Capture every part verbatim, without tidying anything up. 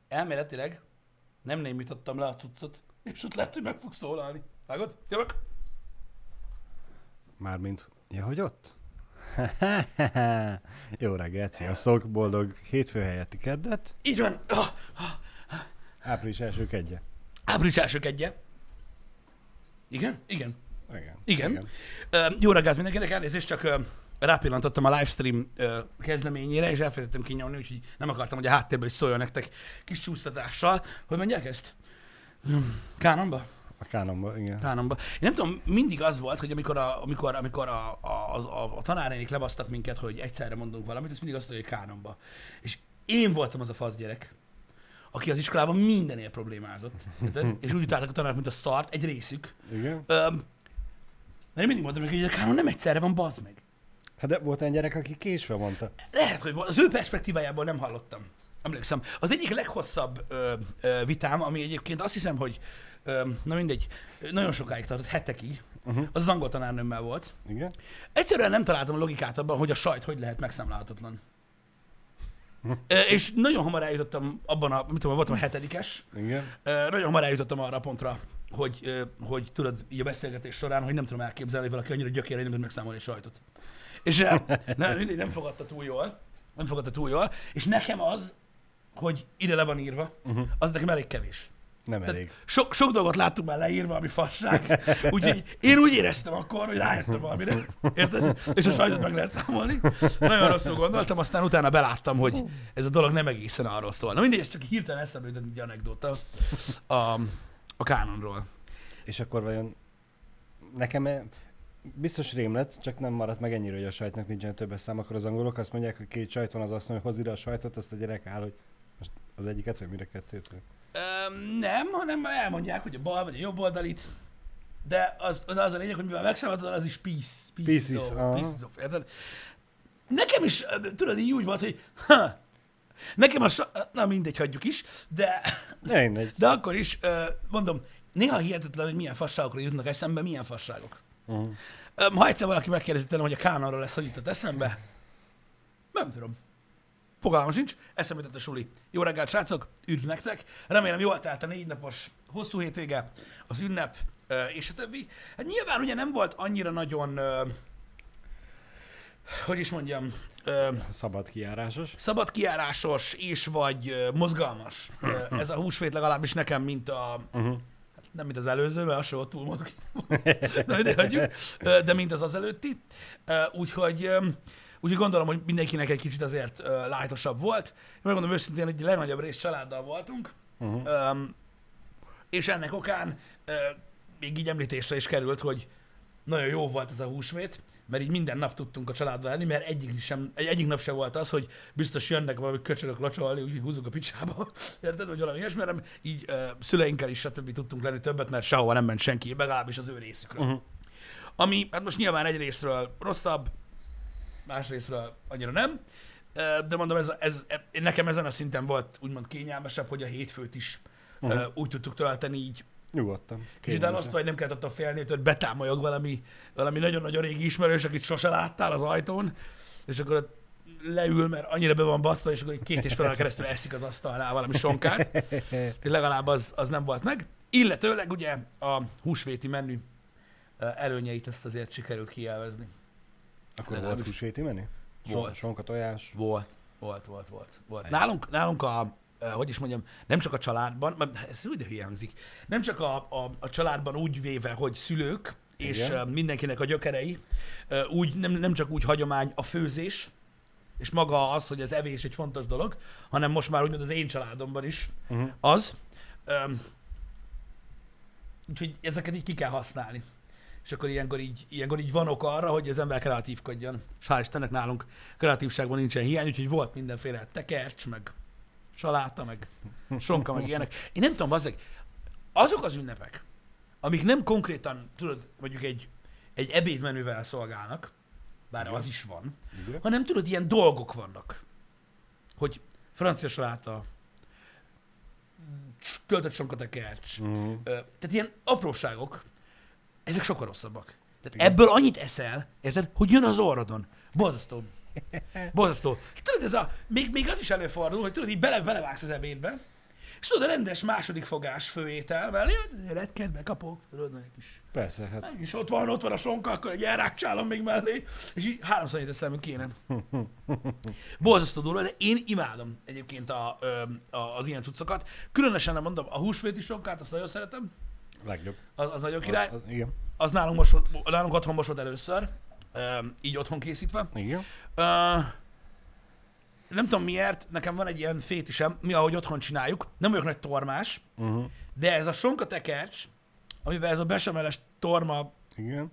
elméletileg nem némítottam le a cuccot, és ott lehet, hogy meg fog szólalni. Vágod? Jövök? Mármint, ja, hogy ott? Jó reggelt, sziasztok, boldog hétfő helyetti keddet. Így van. Ah, Április első kedje. Április első kedje. Igen? Igen. Igen. Igen. Igen. Uh, jó reggelt mindenkinek, elnézést, csak uh, rápillantottam a livestream uh, kezdeményére, és elfelejtettem kinyomni, úgyhogy nem akartam, hogy a háttérből is szóljon nektek kis csúsztatással. Hogy mondják ezt? Kánonba? A Kánonba, igen. Kánonba. Én nem tudom, mindig az volt, hogy amikor a, amikor, amikor a, a, a, a tanárnénik lebasztak minket, hogy egyszerre mondunk valamit, ez mindig azt mondja, hogy Kánonba. És én voltam az a fasz gyerek, aki az iskolában mindenért problémázott. És úgy utáltak a tanárok, mint a szart, egy részük. Igen. Öm, mert én mindig mondtam, hogy a Kánon nem egyszerre van, bazd meg. Hát de volt egy gyerek, aki késve mondta. Lehet, hogy volt. Az ő perspektívájából nem hallottam. Emlékszem. Az egyik leghosszabb ö, ö, vitám, ami egyébként azt hiszem, hogy ö, na mindegy, nagyon sokáig tartott, hetekig, uh-huh. az az angol tanárnőmmel volt. Igen. Egyszerűen nem találtam a logikát abban, hogy a sajt hogy lehet megszámlálhatatlan. Ö, és nagyon hamar eljutottam abban a, mit tudom, voltam a hetedikes, Igen. Ö, nagyon hamar eljutottam arra a pontra, hogy, ö, hogy tudod, így a beszélgetés során, hogy nem tudom elképzelni, hogy valaki annyira gyökére, hogy nem tud megszámolni a sajtot. És nem, mindig nem fogadta túl jól, nem fogadta túl jól, és nekem az, hogy ide le van írva, uh-huh. az nekem elég kevés. Nem Tehát elég. Sok, sok dolgot láttunk már leírva, ami fasság, úgyhogy én úgy éreztem akkor, hogy rájöttem valamire, érted? És a sajtot meg lehet számolni. Nagyon rosszul gondoltam, aztán utána beláttam, hogy ez a dolog nem egészen arról szól. Na mindegy, ez csak hirtelen eszembe jutott egy anekdóta a, a Kánonról. És akkor vajon nekem biztos rém lett, csak nem maradt meg ennyire, hogy a sajtnak nincsen többes szám, akkor az angolok azt mondják, hogy két sajt van, az azt mondja, hogy hozz ide a sajtot, azt a gyerek áll, hogy most az egyiket, vagy mire kettőt? Öm, nem, hanem elmondják, hogy a bal vagy a jobb oldalit, de az, az a lényeg, hogy mivel megszámoltad, az is piece. Pieces, Pieces, of, aha. pieces of, érted? Nekem is, tudod, így úgy volt, hogy ha, nekem a sa- na mindegy, hagyjuk is, de, Mindegy. de akkor is, mondom, néha hihetetlen, hogy milyen fasságokra jutnak eszembe, milyen fasságok. Uh-huh. Ha egyszer valaki megkérdezi tőlem, hogy a Kánonról lesz, hogy jutott eszembe, nem tudom. Fogalmam sincs, eszembe jutott a suli. Jó reggelt, srácok, üdv nektek. Remélem jól telt a négy napos hosszú hétvége, az ünnep, és a többi. Hát nyilván ugye nem volt annyira nagyon, hogy is mondjam, Szabad kijárásos. szabad kijárásos és vagy mozgalmas. Ez a húsvét legalábbis nekem, mint a... Uh-huh. Nem mint az előző, mert az soha túl mondok. Na, ide hagyjuk. De mint az az előtti. Úgyhogy, úgyhogy gondolom, hogy mindenkinek egy kicsit azért lájtosabb volt. Én megmondom őszintén, hogy a legnagyobb rész családdal voltunk, uh-huh. és ennek okán még így említésre is került, hogy nagyon jó volt ez a húsvét, mert így minden nap tudtunk a családdal lenni, mert egyik, sem, egyik nap sem volt az, hogy biztos jönnek valami köcsögök locsolni, úgyhogy húzunk a picsába, érted, vagy valami ilyesmi, mert így uh, szüleinkkel is stb. Tudtunk lenni többet, mert sehova nem ment senki, legalábbis az ő részükről. Uh-huh. Ami hát most nyilván egy részről rosszabb, más részről annyira nem, uh, de mondom, ez, ez, ez, nekem ezen a szinten volt úgymond kényelmesebb, hogy a hétfőt is uh-huh. uh, úgy tudtuk tölteni így, Nyugodtan. kicsit elosztva, vagy nem kellett attól félni, hogy betámolyog valami, valami nagyon-nagyon régi ismerős, akit sose láttál az ajtón, és akkor ott leül, mert annyira be van baszva, és akkor egy két és fél órán keresztül eszik az asztalnál valami sonkát. Legalább az, az nem volt meg. Illetőleg ugye a húsvéti menü előnyeit ezt azért sikerült kielvezni. Akkor volt húsvéti menü? Volt. Sonka tojás? Volt, volt, volt, volt. volt. Nálunk, nálunk a hogy is mondjam, nem csak a családban, mert ez úgy de hülye hangzik, nem csak a, a, a családban úgy véve, hogy szülők, és igen. mindenkinek a gyökerei, úgy, nem, nem csak úgy hagyomány a főzés, és maga az, hogy az evés egy fontos dolog, hanem most már úgymond az én családomban is uh-huh. az. Um, úgyhogy ezeket így ki kell használni. És akkor ilyenkor így, ilyenkor így van ok arra, hogy az ember kreatívkodjon. És hál' Istennek nálunk kreatívságban nincsen hiány, úgyhogy volt mindenféle tekercs, meg saláta, meg sonka, meg ilyenek. Én nem tudom, bazzeg, azok az ünnepek, amik nem konkrétan, tudod, mondjuk egy, egy ebédmenüvel szolgálnak, bár igen. az is van, igen. hanem tudod, ilyen dolgok vannak, hogy francia saláta, töltött sonkatekercs, uh-huh. tehát ilyen apróságok, ezek sokkal rosszabbak. Tehát igen. ebből annyit eszel, érted, hogy jön az orrodon. Borzasztó. Borzasztó. Tudod, ez a, még, még az is előfordul, hogy tudod, így bele, belevágsz az ebédbe, És tudod, a rendes második fogás főétel, mert retket bekapok, tudod, meg is. Persze, hát. És ott van, ott van a sonka, akkor egy elrákcsálom még mellé, és így háromszor annyit eszem, mint kéne. Borzasztó durva, de én imádom egyébként a, a, az ilyen cuccokat. Különösen nem mondom, a húsvéti sonkát, azt nagyon szeretem. Legjobb. Az, az nagyon király. Az, az, igen. Az nálunk, most, nálunk otthon most volt először, így otthon készítve. Igen. Uh, nem tudom miért, nekem van egy ilyen fétisem, mi ahogy otthon csináljuk, nem vagyok nagy tormás, Uh-huh. de ez a sonka tekercs, amiben ez a besemeles torma, Igen.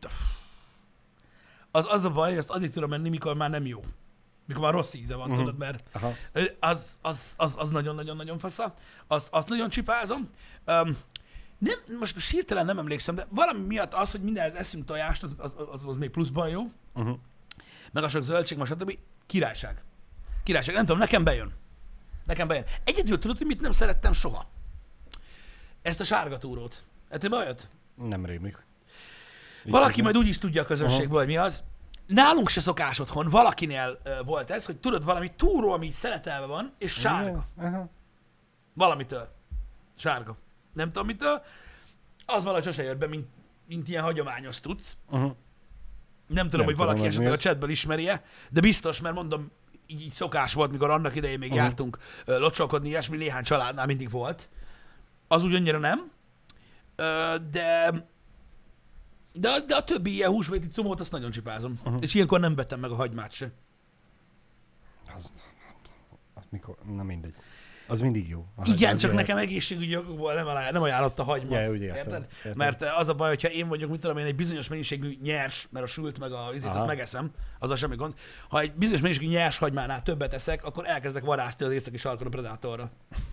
az, az a baj, hogy azt addig tudom menni, mikor már nem jó. Mikor már rossz íze van, Uh-huh. tudod, mert Aha. az, az, az, az nagyon-nagyon-nagyon fasza. Azt, azt nagyon csipázom. Um, nem, most, most hirtelen nem emlékszem, de valami miatt az, hogy mindenhez eszünk tojást, az, az, az, az még pluszban jó. Uh-huh. Meg a sok zöldség, meg stb. Királyság. Királyság. Nem tudom, nekem bejön. Nekem bejön. Egyedül tudod, hogy mit nem szerettem soha? Ezt a sárga túrót. Hát bejött? Nem rémlik. Valaki majd úgy is tudja a közönségből, hogy mi az. Nálunk se szokás otthon, valakinél uh, volt ez, hogy tudod, valami túró, ami így szeletelve van, és sárga. Aha. Valamitől. Sárga. Nem tudom mitől. Az valahogy sose jött be, mint, mint ilyen hagyományos tudsz. Uh-huh. Nem tudom, Nem hogy tudom, valaki az esetleg a miért. chatből ismerje, de biztos, mert mondom, így, így szokás volt, mikor annak idején még Uh-huh. jártunk uh, locsolkodni, ilyesmi néhány családnál mindig volt. Az úgy annyira nem. Uh, de, de, a- de a többi ilyen húsvéti comót azt nagyon csipázom. Uh-huh. És ilyenkor nem vettem meg a hagymát se. Az, az mikor, na mindegy. Az mindig jó. A Igen, hagyma, csak az nekem egészségügyi okokból nem, ajánl- nem ajánlott a hagyma. Ja, úgy értem, Érted? értem. Mert az a baj, hogyha én vagyok, mit tudom én, egy bizonyos mennyiségű nyers, mert a sült meg a izét, azt Aha. megeszem, azzal semmi gond. Ha egy bizonyos mennyiségű nyers hagymánál többet eszek, akkor elkezdek varázsni az északi sarkon a Predatorra.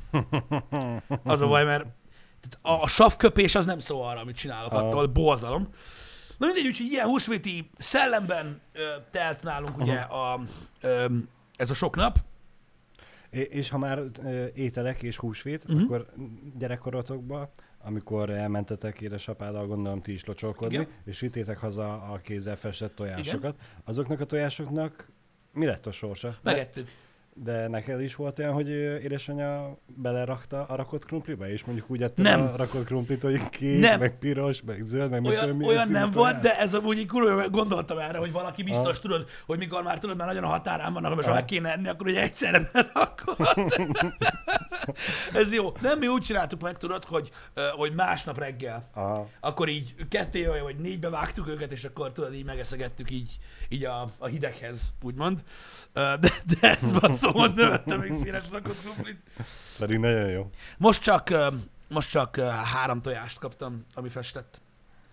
Az a baj, mert a, a savköpés az nem szó arra, amit csinálok Aha. attól, borzalom. Na mindegy, úgyhogy ilyen húsvéti szellemben ö, telt nálunk ugye a, ö, ez a sok nap. É- És ha már ö, ételek és húsvét, Mhm. akkor gyerekkorotokban, amikor elmentetek édesapáddal, gondolom ti is locsolkodni, Igen. és vittétek haza a kézzel festett tojásokat, azoknak a tojásoknak mi lett a sorsa? De, Megettük. de neked is volt olyan, hogy ö, édesanyja belerakta a rakott krumpliba, és mondjuk úgy etted Nem. a rakott krumplit, hogy kék, Nem. meg piros, meg zöld, meg mit tudom, Olyan, milyen olyan színű nem tojás. volt, de ez amúgy így kurva, gondoltam erre, hogy valaki biztos Ah. tudod, hogy mikor már tudod, már nagyon a határán vannak, és ha Ah. meg kéne enni, akkor ugye egyszerre berakod. Ez jó. Nem, mi úgy csináltuk meg, tudod, hogy, ö, hogy másnap reggel, Aha. akkor így ketté vagy négybe vágtuk őket, és akkor tudod, így megeszegettük így, így a, a hideghez, úgymond. Ö, De, de ez basszom, hogy nem ettem még színes rakott krumplit. Pedig nagyon jó. Most csak, ö, most csak ö, három tojást kaptam, ami festett.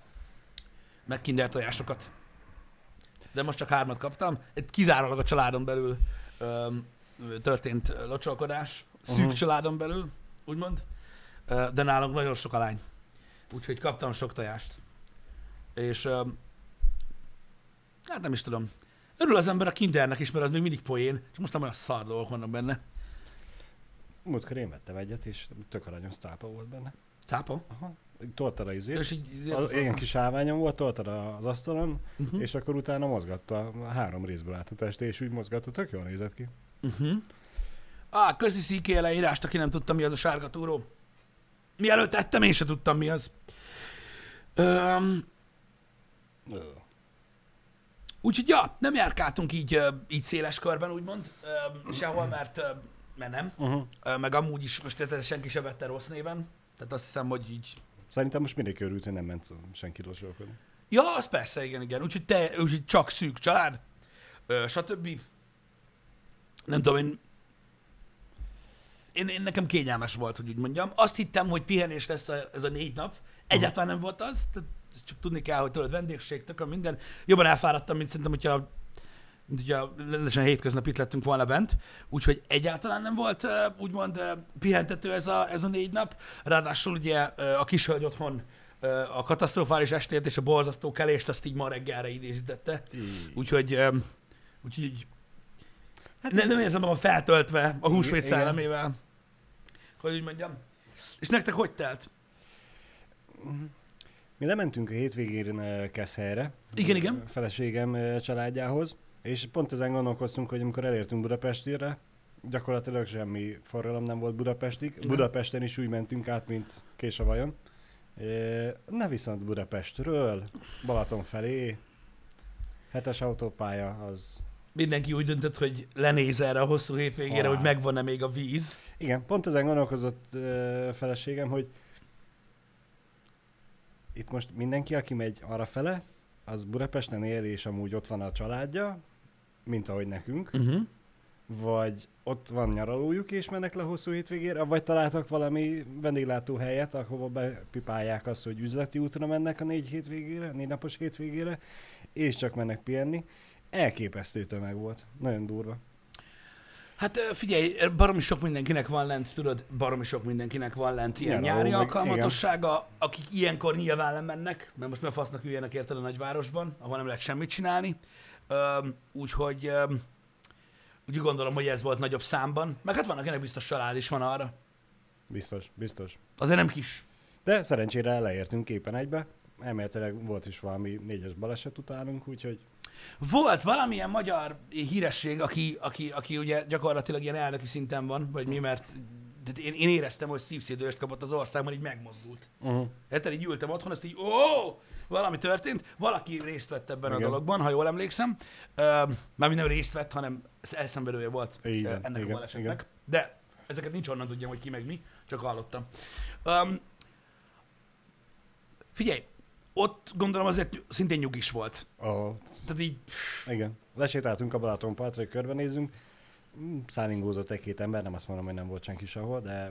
Meg kinder tojásokat. De most csak hármat kaptam. Egy kizárólag a családon belül ö, történt locsolkodás. Szűk Mhm. uh-huh. családon belül, úgymond. Ö, de nálunk nagyon sok a lány. Úgyhogy kaptam sok tojást. És ö, hát nem is tudom. Örül az ember a kindernek is, mert az még mindig poén, és most nem olyan szar dolgok vannak benne. Múltkor én vettem egyet, és tök aranyos cápa volt benne. Cápa? Aha. Toltad a izét. És így, így Az, ilyen kis állványom volt, toltad az asztalon, uh-huh. és akkor utána mozgatta, a három részből állt a test, és úgy mozgatta, tök jól nézett ki. Uh-huh. Á, köszi Szíké leírást, aki nem tudta, mi az a sárga túró. Mielőtt ettem, én sem tudtam, mi az. Öm, Ö. úgyhogy ja, nem járkáltunk így, ö, így széles körben, úgymond, öm, sehol, mert, ö, mert nem. Uh-huh. Ö, meg amúgy is, most tehát senki se vette rossz néven. Tehát azt hiszem, hogy így... Szerintem most mindenki örült, hogy nem ment senki locsolkodni. Ja, az persze, igen, igen. Úgyhogy, te, úgyhogy csak szűk család, ö, stb. Nem tudom, én, én, én nekem kényelmes volt, hogy úgy mondjam. Azt hittem, hogy pihenés lesz a, ez a négy nap. Egyáltalán nem volt az. Tehát ezt csak tudni kell, hogy tudod, vendégség, tökön minden. Jobban elfáradtam, mint szerintem, hogyha, mint hogyha rendesen hétköznap itt lettünk volna bent. Úgyhogy egyáltalán nem volt uh, úgymond uh, pihentető ez a, ez a négy nap. Ráadásul ugye uh, a kishölgy otthon uh, a katasztrofális estét és a borzasztó kelést azt így ma reggelre idézítette. Úgyhogy, um, úgyhogy így hát nem, nem érzem magam feltöltve a húsvét Igen. szellemével. Hogy úgy mondjam. És nektek hogy telt? Mi lementünk a hétvégén ö, Keszhelyre. Igen, igen. A feleségem ö, családjához, és pont ezen gondolkoztunk, hogy amikor elértünk Budapestére, Gyakorlatilag semmi forgalom nem volt Budapestig. Igen. Budapesten is úgy mentünk át, mint kés a vajon. É, Na viszont Budapestről, Balaton felé, hetes autópálya, az... Mindenki úgy döntött, hogy lenéz erre a hosszú hétvégére, Ah. hogy megvan-e még a víz. Igen, pont ezen gondolkozott ö, feleségem, hogy itt most mindenki, aki megy arrafele, az Budapesten él, és amúgy ott van a családja, mint ahogy nekünk, Uh-huh. vagy ott van nyaralójuk, és mennek le hosszú hétvégére, vagy találtak valami vendéglátóhelyet, ahova bepipálják azt, hogy üzleti útra mennek a négy hétvégére, négy napos hétvégére, és csak mennek pihenni. Elképesztő tömeg volt. Nagyon durva. Hát ö, figyelj, baromi sok mindenkinek van lent, tudod, baromi sok mindenkinek van lent ilyen Nyaraló, nyári meg- alkalmatossága, akik ilyenkor nyilván lemennek, mert most mi a fasznak üljenek érted a nagyvárosban, ahol nem lehet semmit csinálni. Öm, úgyhogy öm, úgy gondolom, hogy ez volt nagyobb számban. Meg hát van, akinek biztos család is van arra. Biztos, biztos. Azért nem kis. De szerencsére leértünk képen egybe. Elméletileg volt is valami négyes baleset utánunk, úgyhogy Volt valamilyen magyar híresség, aki, aki, aki ugye gyakorlatilag ilyen elnöki szinten van, vagy mi, mert tehát én, én éreztem, hogy szívszédülést kapott az országban, így megmozdult. uh-huh. Érted, így ültem otthon, azt így, ó, valami történt, valaki részt vett ebben Igen. a dologban, ha jól emlékszem. Uh, Mármint nem részt vett, hanem elszenvedője volt ö, Igen, ennek igen, a balesetnek. igen. De ezeket nincs onnan tudjam, hogy ki meg mi, csak hallottam. Um, figyelj, ott gondolom azért szintén nyugis volt. Oh, Tehát így, igen. Lesétáltunk a Balatonpartra, hogy körbenézzünk. Mm, Szállingózott egy-két ember, nem azt mondom, hogy nem volt senki sehol, de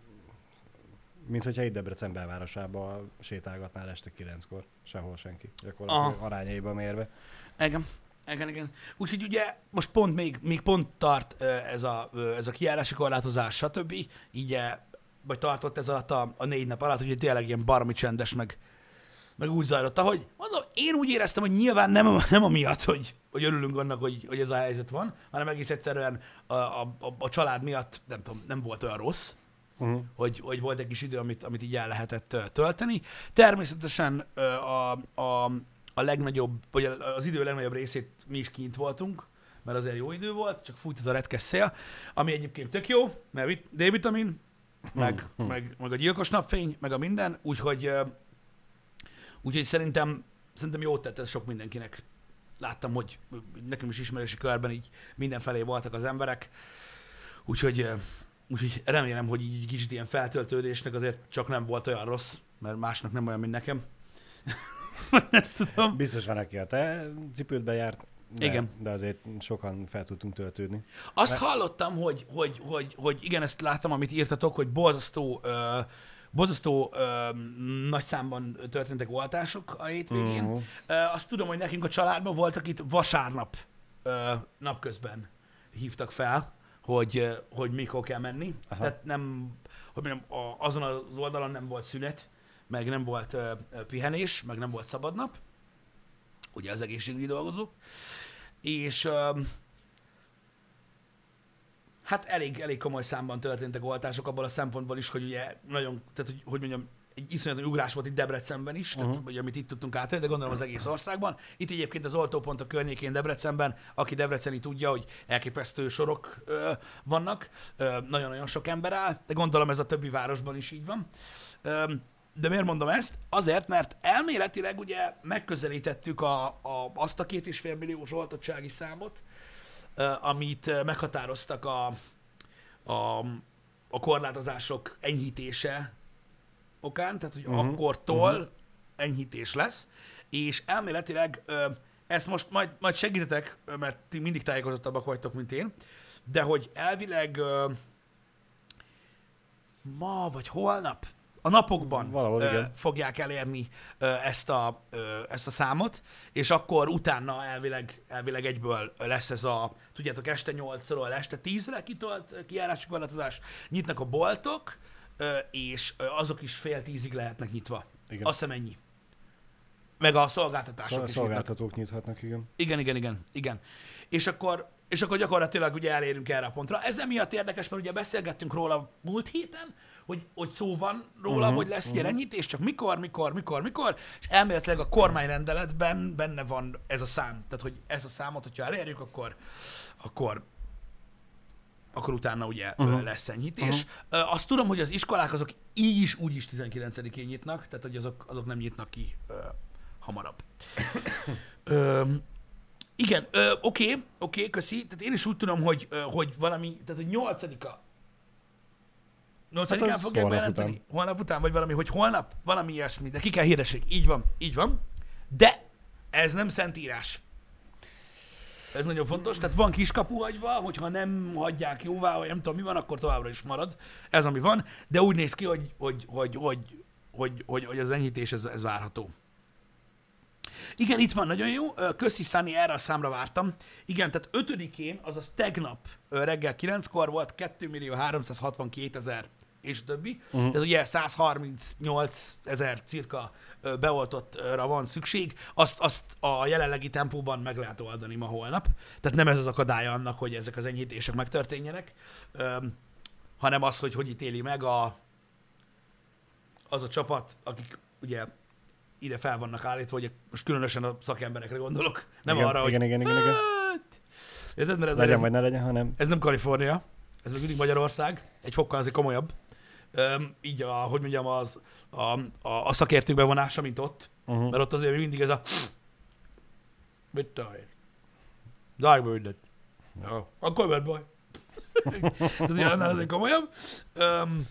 mint hogyha itt Debrecen belvárosába sétálgatnál este kilenckor. Sehol senki. Gyakorlatilag Aha. arányaiba mérve. igen, igen, igen. Úgyhogy ugye most pont még, még pont tart ö, ez a, ö, ez a kijárási korlátozás, stb. Így, ö, vagy tartott ez alatt a, a négy nap alatt, hogy tényleg ilyen baromi csendes, meg, meg úgy zajlott, ahogy mondom, én úgy éreztem, hogy nyilván nem, nem amiatt, hogy, hogy örülünk annak, hogy, hogy ez a helyzet van, hanem egész egyszerűen a, a, a, a család miatt, nem tudom, nem volt olyan rossz, Uh-huh. hogy, hogy volt egy kis idő, amit, amit így el lehetett ö, tölteni. Természetesen ö, a, a, a legnagyobb, vagy az idő legnagyobb részét mi is kint voltunk, mert azért jó idő volt, csak fújt ez a retkes szél, ami egyébként tök jó, mert vit- D-vitamin, meg, Hmm. meg, meg a gyilkos napfény, meg a minden, úgyhogy, ö, úgyhogy szerintem, szerintem jót tett ez sok mindenkinek. Láttam, hogy nekem is ismerősi körben így mindenfelé voltak az emberek, úgyhogy, ö, úgyhogy remélem, hogy így kicsit ilyen feltöltődésnek azért csak nem volt olyan rossz, mert másnak nem olyan, mint nekem. Nem tudom. Biztos van, aki a te cipődbe járt, de, Igen. de azért sokan fel tudtunk töltődni. Azt Mert- hallottam, hogy, hogy, hogy, hogy igen, ezt láttam, amit írtatok, hogy borzasztó, ö, borzasztó ö, nagy számban történtek oltások a hétvégén. Mhm. Ö, azt tudom, hogy nekünk a családban voltak itt vasárnap ö, napközben hívtak fel, hogy, ö, hogy mikor kell menni. Aha. Tehát nem, hogy mondjam, a, azon az oldalon nem volt szünet, meg nem volt ö, ö, pihenés, meg nem volt szabadnap. Ugye az egészségügyi dolgozók. És ö, hát elég, elég komoly számban történtek oltások abból a szempontból is, hogy ugye nagyon, tehát hogy, hogy mondjam, egy iszonyat nagy ugrás volt itt Debrecenben is, uh-huh. tehát, hogy amit itt tudtunk átélni, de gondolom az egész országban. Itt egyébként az oltópont a környékén Debrecenben, aki debreceni tudja, hogy elképesztő sorok ö, vannak, ö, nagyon-nagyon sok ember áll, de gondolom ez a többi városban is így van. Ö, de miért mondom ezt? Azért, mert elméletileg ugye megközelítettük a, a, azt a két és fél milliós oltottsági számot, ö, amit ö, meghatároztak a, a, a korlátozások enyhítése okán, tehát hogy Mhm, uh-huh, akkortól mhm. uh-huh. enyhítés lesz, és elméletileg ö, ezt most majd, majd segítetek, ö, mert ti mindig tájékozottabbak vagytok, mint én, de hogy elvileg ö, ma vagy holnap, a napokban Valahol, ö, igen. fogják elérni ö, ezt, a, ö, ezt a számot, és akkor utána elvileg, elvileg egyből lesz ez a, tudjátok, este nyolcról este tízre kitolt ö, kijárási korlátozás, nyitnak a boltok, ö, és ö, azok is fél tízig lehetnek nyitva. Igen. Azt hiszem ennyi. Meg a szolgáltatások Szol- is nyitnak. szolgáltatók nyithatnak, igen. Igen, igen, igen, igen. És akkor, és akkor gyakorlatilag ugye elérünk erre a pontra. Ez emiatt érdekes, mert ugye beszélgettünk róla múlt héten, hogy, hogy szó van róla, Mhm, uh-huh, hogy lesz uh-huh. ilyen enyhítés, csak mikor, mikor, mikor, mikor, és elméletileg a kormányrendeletben benne van ez a szám. Tehát, hogy ez a számot, hogyha elérjük, akkor, akkor akkor utána ugye Uh-huh. lesz enyhítés. Uh-huh. Azt tudom, hogy az iskolák azok így is, úgy is tizenkilencedikén nyitnak, tehát hogy azok, azok nem nyitnak ki ö, hamarabb. ö, igen, ö, oké, oké, köszi. Tehát én is úgy tudom, hogy, ö, hogy valami, tehát hogy nyolcadika. nyolcadikán Hát az fogják holnap bejelenteni? után. Holnap után, vagy valami, hogy holnap? Valami ilyesmi, de ki kell hirdessék. Így van, így van. De ez nem szentírás. Ez nagyon fontos, tehát van kiskapu hagyva, hogyha nem hagyják jóvá, vagy nem tudom mi van, akkor továbbra is marad. Ez ami van, de úgy néz ki, hogy, hogy, hogy, hogy, hogy, hogy, hogy az enyhítés ez, ez várható. Igen, itt van, nagyon jó. Köszi, Sunny, erre a számra vártam. Igen, tehát ötödikén, azaz tegnap ö, reggel kilenckor volt kettőmillió háromszázhatvankétezer és a többi. Uh-huh. Tehát ugye százharmincnyolc ezer cirka ö, beoltottra van szükség. Azt, azt a jelenlegi tempóban meg lehet oldani ma holnap. Tehát nem ez az akadálya annak, hogy ezek az enyhítések megtörténjenek, ö, hanem az, hogy hogy ítéli meg a, az a csapat, akik ugye ide fel vannak állítva, hogy most különösen a szakemberekre gondolok. Nem igen, arra, igen, hogy... igen, igen, igen. Hát, érted, mert ez, Legyen ez, vagy ne legyen, hanem... ez nem Kalifornia, ez még mindig Magyarország, egy fokkal azért komolyabb. Üm, így, a, hogy mondjam, az, a, a, a szakértők bevonása, mint ott, Uh-huh. mert ott azért még mindig ez a... Mit tired? Diamonded. Ja, akkor mert baj. Tehát ilyen annál azért komolyabb. Üm,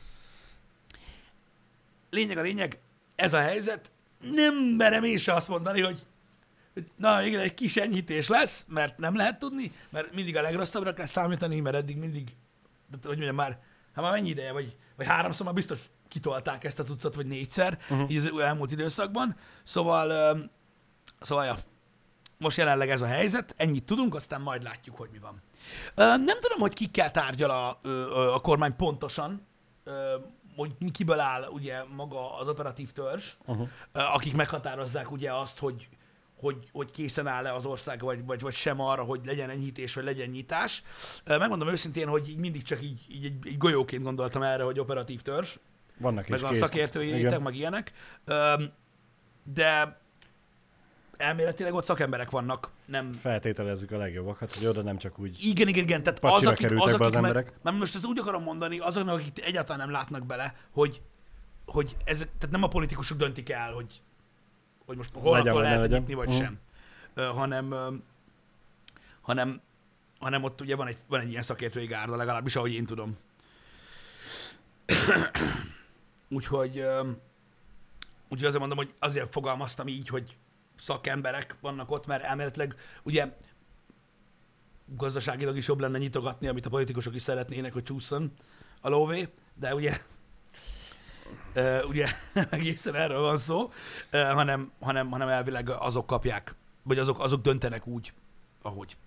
lényeg a lényeg, ez a helyzet, nem merem én se azt mondani, hogy, hogy na, igen, egy kis enyhítés lesz, mert nem lehet tudni, mert mindig a legrosszabbra kell számítani, mert eddig mindig, de, hogy mondjam már, hát már mennyi ideje, vagy, vagy háromszor már biztos kitolták ezt a cuccot, vagy négyszer, uh-huh. így az elmúlt időszakban. Szóval, um, szóval ja, most jelenleg ez a helyzet, ennyit tudunk, aztán majd látjuk, hogy mi van. Uh, nem tudom, hogy kikkel tárgyal a, a, a kormány pontosan, uh, hogy kiből áll ugye maga az operatív törzs, uh-huh. akik meghatározzák ugye azt, hogy, hogy, hogy készen áll-e az ország, vagy, vagy, vagy sem arra, hogy legyen enyhítés, vagy legyen nyitás. Megmondom őszintén, hogy így mindig csak így, így egy, egy golyóként gondoltam erre, hogy operatív törzs, Vannak meg is a kész. szakértői réteg, meg ilyenek. De elméletileg ott szakemberek vannak, nem... Feltételezzük a legjobbakat, hogy oda nem csak úgy... Igen, igen, igen. Tehát az, Pacsira akik, kerültek az, be az akik emberek. meg, mert most ezt úgy akarom mondani, azoknak, akik egyáltalán nem látnak bele, hogy, hogy ez, tehát nem a politikusok döntik el, hogy, hogy most holnaptól lehet nyitni, vagy uh-huh. sem, uh, hanem, uh, hanem, hanem ott ugye van egy, van egy ilyen szakértői gárda, legalábbis ahogy én tudom. úgyhogy, uh, úgyhogy azért mondom, hogy azért fogalmaztam így, hogy szakemberek vannak ott, mert elméletileg ugye gazdaságilag is jobb lenne nyitogatni, amit a politikusok is szeretnének, hogy csúszson a lóvé, de ugye, uh, ugye nem egészen erről van szó, uh, hanem, hanem, hanem elvileg azok kapják, vagy azok, azok döntenek úgy, ahogy.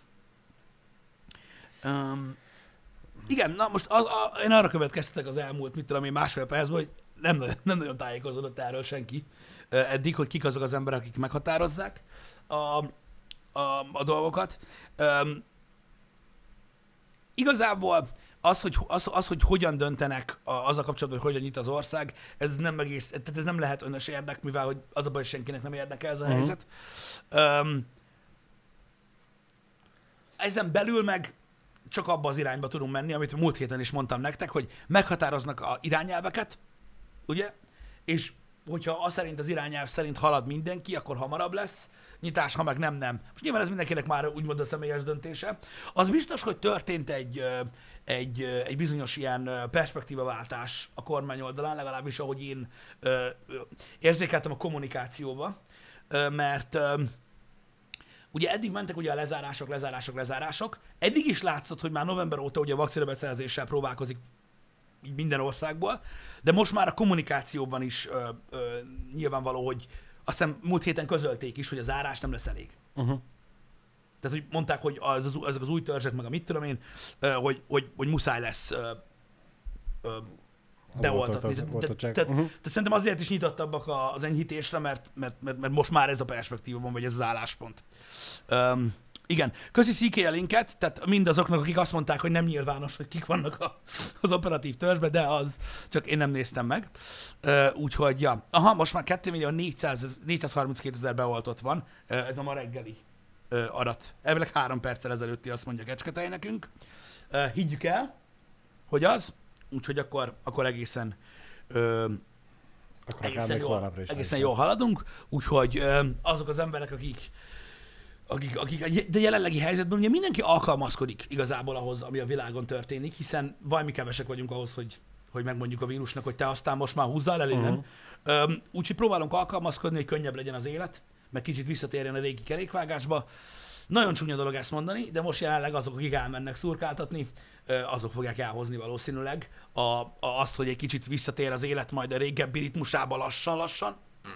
Um, igen, na most a, a, én arra következtetek az elmúlt, mit tudom én, másfél percben, hogy nem, nem nagyon tájékozódott erről senki uh, eddig, hogy kik azok az emberek, akik meghatározzák a, a, a dolgokat. Um, igazából az hogy, az, az, hogy hogyan döntenek a, az a kapcsolatban, hogy hogyan nyit az ország, ez nem egész, tehát ez nem lehet önös érdek, mivel hogy az a baj, hogy senkinek nem érdekel ez a uh-huh. helyzet. Um, ezen belül meg csak abba az irányba tudunk menni, amit múlt héten is mondtam nektek, hogy meghatároznak a irányelveket, ugye? És hogyha az szerint az irányelv szerint halad mindenki, akkor hamarabb lesz nyitás, ha meg nem, nem. Most nyilván ez mindenkinek már úgymond a személyes döntése. Az biztos, hogy történt egy, egy, egy bizonyos ilyen perspektívaváltás a kormány oldalán, legalábbis ahogy én érzékeltem a kommunikációba, mert ugye eddig mentek ugye a lezárások, lezárások, lezárások. Eddig is látszott, hogy már november óta ugye a vakcina beszerzéssel próbálkozik így minden országból, de most már a kommunikációban is ö, ö, nyilvánvaló, hogy azt hiszem múlt héten közölték is, hogy a zárás nem lesz elég. Uh-huh. Tehát, hogy mondták, hogy az, az, ezek az új törzsek, meg a mit tudom én, ö, hogy, hogy, hogy muszáj lesz ö, ö, beoltatni. Tehát, tehát, uh-huh. tehát szerintem azért is nyitottabbak az enyhítésre, mert, mert, mert, mert most már ez a perspektívában, vagy ez az álláspont. Um, igen. Köszi Sziké a linket, tehát mindazoknak, akik azt mondták, hogy nem nyilvános, hogy kik vannak a, az operatív törzsben, de az, csak én nem néztem meg. Uh, úgyhogy, ja. Aha, most már kettőmillió négyszázharminckétezer beoltott van, uh, ez a ma reggeli uh, adat. Elvileg három perccel ezelőtti, azt mondja Kecsketej nekünk. Uh, higgyük el, hogy az, úgyhogy akkor, akkor egészen, ö, Akkor egészen, jól, is egészen jól haladunk, úgyhogy ö, azok az emberek, akik, akik, akik, de jelenlegi helyzetben ugye mindenki alkalmazkodik igazából ahhoz, ami a világon történik, hiszen valami kevesek vagyunk ahhoz, hogy, hogy megmondjuk a vírusnak, hogy te aztán most már húzzál el innen. Uh-huh. Úgyhogy próbálunk alkalmazkodni, hogy könnyebb legyen az élet, meg kicsit visszatérjen a régi kerékvágásba. Nagyon csúnya dolog ezt mondani, de most jelenleg azok, akik elmennek szurkáltatni, azok fogják elhozni valószínűleg a, a, azt, hogy egy kicsit visszatér az élet majd a régebbi ritmusába lassan-lassan.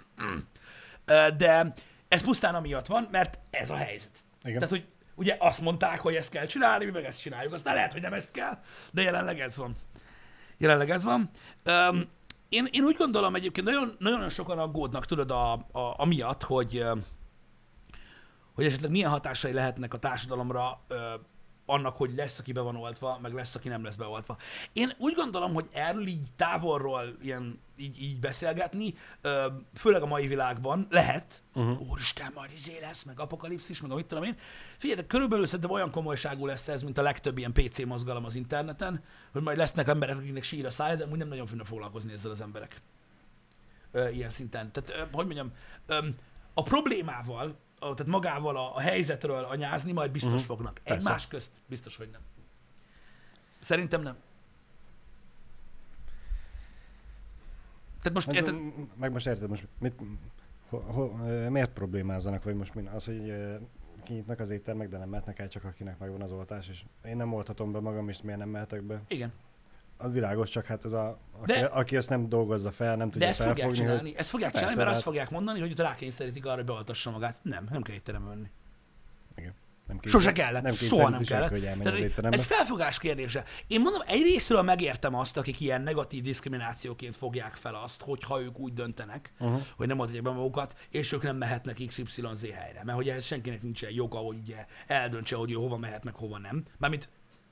De ez pusztán amiatt van, mert ez a helyzet. Igen. Tehát, hogy ugye azt mondták, hogy ezt kell csinálni, mi meg ezt csináljuk, aztán lehet, hogy nem ezt kell, de jelenleg ez van. Jelenleg ez van. Um, én, én úgy gondolom egyébként, nagyon, nagyon sokan aggódnak, tudod, a, a, amiatt, hogy, hogy esetleg milyen hatásai lehetnek a társadalomra ö, annak, hogy lesz, aki be van oltva, meg lesz, aki nem lesz beoltva. Én úgy gondolom, hogy erről így távolról ilyen, így, így beszélgetni, ö, főleg a mai világban lehet, uh-huh. úristen, majd izé lesz, meg apokalipszis, meg amit tudom én. Figyeljetek, körülbelül szerintem olyan komolyságú lesz ez, mint a legtöbb ilyen pé cé mozgalom az interneten, hogy majd lesznek emberek, akiknek sír a száj, de úgy nem nagyon fognak foglalkozni ezzel az emberek. Ö, ilyen szinten. Tehát, ö, hogy mondjam, ö, a problémával, tehát magával a, a helyzetről anyázni majd biztos uh-huh. fognak. Egymás közt biztos, hogy nem. Szerintem nem. Tehát most hát, érted... Meg most érted, most mit, ho, ho, miért problémázzanak, vagy most min, az, hogy kinyitnak az éttermek, de nem mehetnek el csak akinek megvan az oltás, és én nem oltatom be magam, és miért nem mehetek be? Igen. Az világos, csak hát ez a, aki, de, aki ezt nem dolgozza fel, nem tudja de ezt felfogni. Fogják csinálni, hogy... Ezt fogják persze, csinálni, mert hát... azt fogják mondani, hogy ott rákényszerítik arra, hogy beoltassa magát. Nem, nem kell étterembe menni. Igen. Nem kényszer, Sose kellett, nem soha nem kellett. Tehát, ez felfogás kérdése. Én mondom, egy részről megértem azt, akik ilyen negatív diszkriminációként fogják fel azt, hogyha ők úgy döntenek, uh-huh. hogy nem oltatják be magukat, és ők nem mehetnek iksz ipszilon zé helyre. Mert hogy ehhez senkinek nincsen joga, hogy ugye eldöntse, hogy ő hova mehet, meg hova nem. Mármint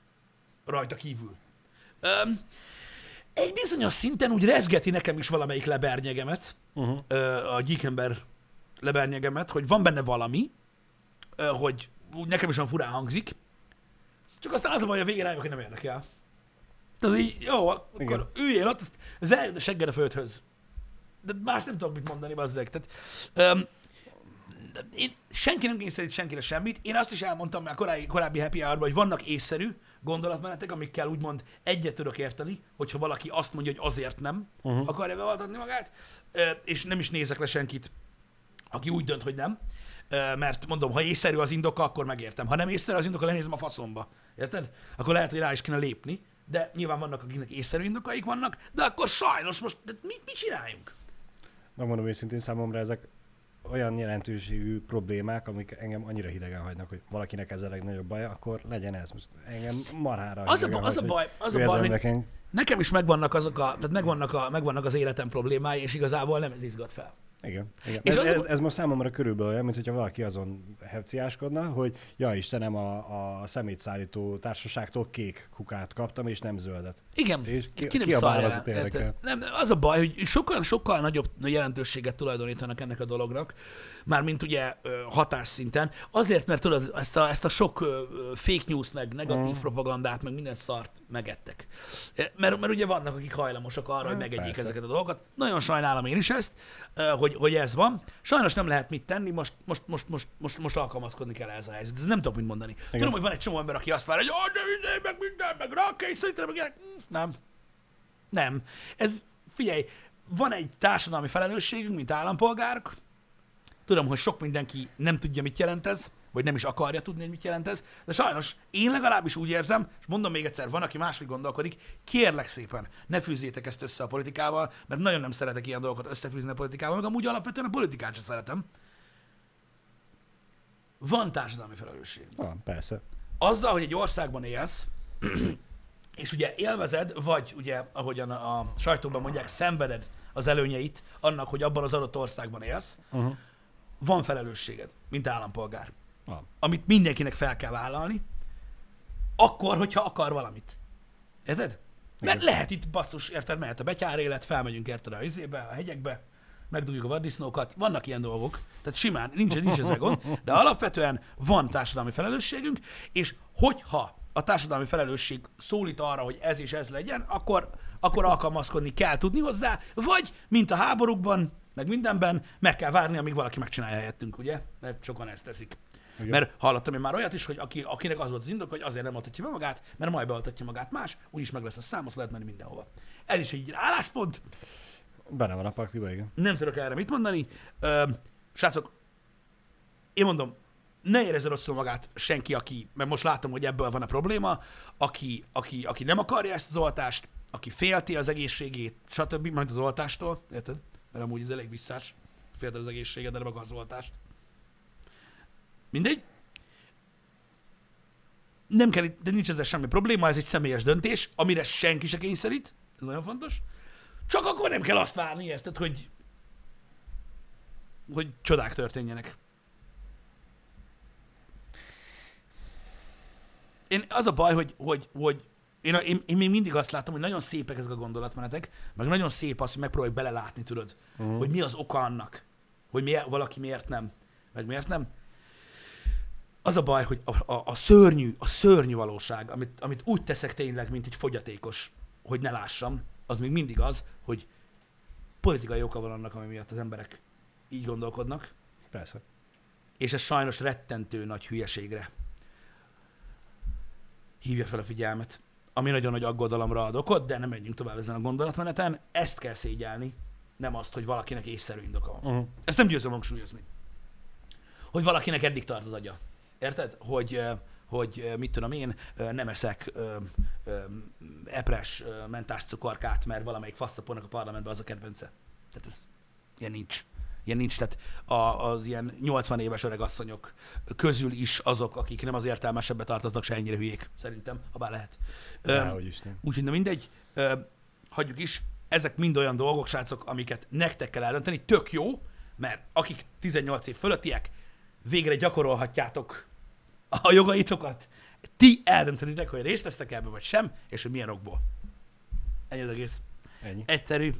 rajta kívül. Öm, egy bizonyos szinten úgy rezgeti nekem is valamelyik lebernyegemet, uh-huh. ö, a gyíkember lebernyegemet, hogy van benne valami, ö, hogy úgy nekem is olyan furán hangzik, csak aztán az a baj, hogy a végén rájövök, hogy nem érdekel. Tehát így, jó, akkor igen. Üljél ott, azt verjed a segged a földhöz. De más nem tudok mit mondani, bazzeg. Tehát, öm, én, senki nem kényszerít senkire semmit. Én azt is elmondtam már korábbi, korábbi happy hour-ban, hogy vannak észszerű gondolatmenetek, amikkel úgymond egyet tudok érteni, hogyha valaki azt mondja, hogy azért nem uh-huh. akarja beoltatni magát, és nem is nézek le senkit, aki úgy dönt, hogy nem. Mert mondom, ha észszerű az indoka, akkor megértem. Ha nem észszerű az indoka, lenézem a faszomba. Érted? Akkor lehet, hogy rá is kéne lépni, de nyilván vannak, akiknek észszerű indokaik vannak, de akkor sajnos most de mit, mit csináljunk? Megmondom őszintén, számomra ezek olyan jelentőségű problémák, amik engem annyira hidegen hagynak, hogy valakinek ez a legnagyobb baja, akkor legyen ez. Most engem marhára az a, ba, az hagy, a baj, az a baj, hogy nekem... nekem is megvannak azok a, tehát megvannak, a, megvannak az életem problémái, és igazából nem ez izgat fel. Igen. igen. És ez, az... ez, ez most számomra körülbelül olyan, mint hogyha valaki azon hepciáskodna, hogy ja Istenem, a, a szemétszállító társaságtól kék kukát kaptam, és nem zöldet. Igen, és ki, ki nem ki a szarja. Nem, az a baj, hogy sokkal, sokkal nagyobb jelentőséget tulajdonítanak ennek a dolognak, mármint ugye hatásszinten. Azért, mert tudod, ezt a, ezt a sok fake news, meg negatív mm. propagandát, meg minden szart megettek. Mert, mert ugye vannak, akik hajlamosak arra, hogy megegyék Persze. ezeket a dolgokat. Nagyon sajnálom én is ezt, hogy, hogy ez van. Sajnos nem lehet mit tenni, most, most, most, most, most, most alkalmazkodni kell ez a helyzet. Ez nem tudok mit mondani. Igen. Tudom, hogy van egy csomó ember, aki azt várja, hogy de izé, meg minden, meg rákényszeríteni, meg ilyenek. Nem. Nem. Ez, figyelj, van egy társadalmi felelősségünk, mint állampolgárok. Tudom, hogy sok mindenki nem tudja, mit jelent ez, vagy nem is akarja tudni, hogy mit jelent ez, de sajnos én legalábbis úgy érzem, és mondom még egyszer, van, aki máshogy gondolkodik, kérlek szépen, ne fűzzétek ezt össze a politikával, mert nagyon nem szeretek ilyen dolgokat összefűzni a politikával, meg amúgy alapvetően a politikát sem szeretem. Van társadalmi felelősség. Van, persze. Azzal, hogy egy országban élsz, és ugye élvezed, vagy ugye, ahogyan a, a sajtóban mondják, szenveded az előnyeit annak, hogy abban az adott országban élsz, uh-huh. van felelősséged, mint állampolgár. Ah. Amit mindenkinek fel kell vállalni, akkor, hogyha akar valamit. Érted? Mert lehet itt basszus, érted, mehet a betyár élet, felmegyünk érted a izébe, a hegyekbe, megdugjuk a vaddisznókat, vannak ilyen dolgok, tehát simán, nincs, nincs ezzel gond, de alapvetően van társadalmi felelősségünk, és hogyha a társadalmi felelősség szólít arra, hogy ez és ez legyen, akkor, akkor alkalmazkodni kell tudni hozzá, vagy, mint a háborúkban, meg mindenben, meg kell várni, amíg valaki megcsinálja helyettünk, ugye? Mert sokan ezt teszik. Igen. Mert hallottam én már olyat is, hogy aki, akinek az volt az indok, hogy azért nem altatja be magát, mert majd bealtatja magát más, úgyis meg lesz a szám, azt lehet menni mindenhova. Ez is egy álláspont. Benne van a pakliba, igen. Nem tudok erre mit mondani. Ö, srácok, én mondom, ne érezze rosszul magát senki, aki, mert most látom, hogy ebből van a probléma, aki, aki, aki nem akarja ezt az oltást, aki félti az egészségét, stb., majd az oltástól, érted? Mert amúgy ez elég visszás, félted az egészséged, de nem akarsz oltást. Mindegy. Nem kell, de nincs ezzel semmi probléma, ez egy személyes döntés, amire senki se kényszerít, ez nagyon fontos. Csak akkor nem kell azt várni, érted, hogy, hogy csodák történjenek. Én, az a baj, hogy, hogy, hogy én, én, én még mindig azt látom, hogy nagyon szépek ezek a gondolatmenetek, meg nagyon szép az, hogy megpróbáljuk belelátni, tudod, uh-huh. hogy mi az oka annak, hogy miért, valaki miért nem, meg miért nem. Az a baj, hogy a, a, a szörnyű, a szörnyű valóság, amit, amit úgy teszek tényleg, mint egy fogyatékos, hogy ne lássam, az még mindig az, hogy politikai oka van annak, ami miatt az emberek így gondolkodnak. Persze. És ez sajnos rettentő nagy hülyeségre hívja fel a figyelmet, ami nagyon nagy aggodalomra ad okot, de nem menjünk tovább ezen a gondolatmeneten. Ezt kell szégyelni, nem azt, hogy valakinek észszerű indoka van. Uh-huh. Ezt nem győzöm hangsúlyozni. Hogy valakinek eddig tart az agya. Érted? Hogy, hogy mit tudom én, nem eszek epres mentás cukorkát, mert valamelyik fasztapornak a parlamentben az a kedvence. Tehát ez ilyen nincs. Ilyen nincs, tehát a, az ilyen nyolcvan éves öregasszonyok közül is azok, akik nem az értelmesebbe tartoznak, se ennyire hülyék, szerintem, ha bár lehet. Dehogy is nem. Úgyhogy na mindegy, ö, hagyjuk is, ezek mind olyan dolgok, srácok, amiket nektek kell eldönteni, tök jó, mert akik tizennyolc év fölöttiek, végre gyakorolhatjátok a jogaitokat, ti eldönthetitek, hogy részt vesztek ebbe, vagy sem, és hogy milyen okból. Ennyi az egész. Ennyi. Egyszerű.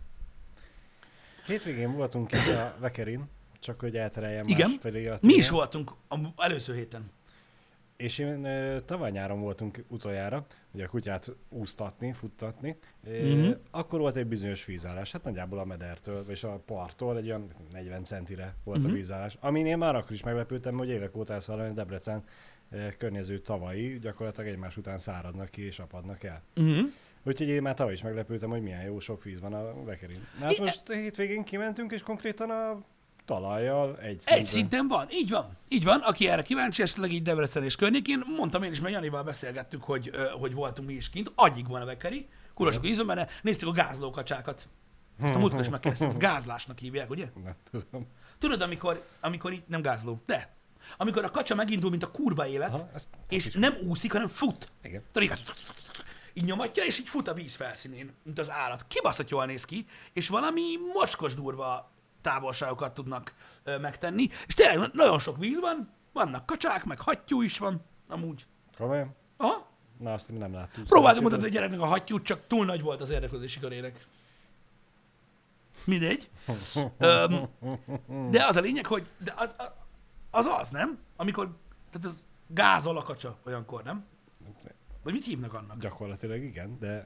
Hétvégén voltunk itt a Vekerin, csak hogy eltereljem Igen, másfelé a mi is voltunk az előző héten. És én tavaly nyáron voltunk utoljára, ugye a kutyát úsztatni, futtatni. Mm-hmm. Akkor volt egy bizonyos vízállás, hát nagyjából a medertől, és a parttól egy olyan negyven centire volt mm-hmm. a vízállás. Amin én már akkor is meglepődtem, hogy évek óta ezt hallani, Debrecen környező tavai gyakorlatilag egymás után száradnak ki és apadnak el. Mm-hmm. Úgyhogy én már tavaly is meglepődtem, hogy milyen jó sok víz van a Vekerin. Hát I- most hétvégén kimentünk, és konkrétan a talajjal egy szinten. Egy szinten van, így van. Így van, aki erre kíváncsi, esetleg így Debrecen és környékén, mondtam én is, mert Janival beszélgettük, hogy, hogy voltunk mi is kint, agyig van a Vekeri, kurva ízom benne, néztük a gázlókacsákat. Ezt a múltkor is megkérdeztem, ezt gázlásnak hívják, ugye? Nem tudom. Tudod, amikor, amikor így, nem gázló, de amikor a kacsa megindul, mint a kurva élet, aha, és nem úszik, hanem fut. Igen. Így nyomatja, és így fut a víz felszínén, mint az állat. Kibaszott jól néz ki, és valami mocskos durva távolságokat tudnak ö, megtenni. És tényleg nagyon sok víz van, vannak kacsák, meg hattyú is van, amúgy. Komolyan? Aha. Na, azt nem láttuk. Próbáltuk mutatni a gyereknek a hattyút, csak túl nagy volt az érdeklődési körének. Mindegy. Öm, de az a lényeg, hogy de az, az az, nem? Amikor, tehát az gázol a kacsa olyankor, nem? Vagy mit hívnak annak? Gyakorlatilag igen, de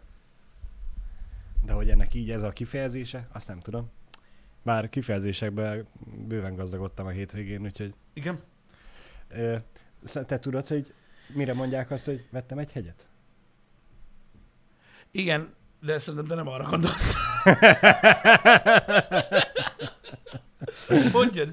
de hogy ennek így ez a kifejezése, azt nem tudom. Bár kifejezésekben bőven gazdagodtam a hétvégén, úgyhogy... Igen. Te tudod, hogy mire mondják azt, hogy vettem egy hegyet? Igen, de szerintem te nem arra gondolsz. Mondjad.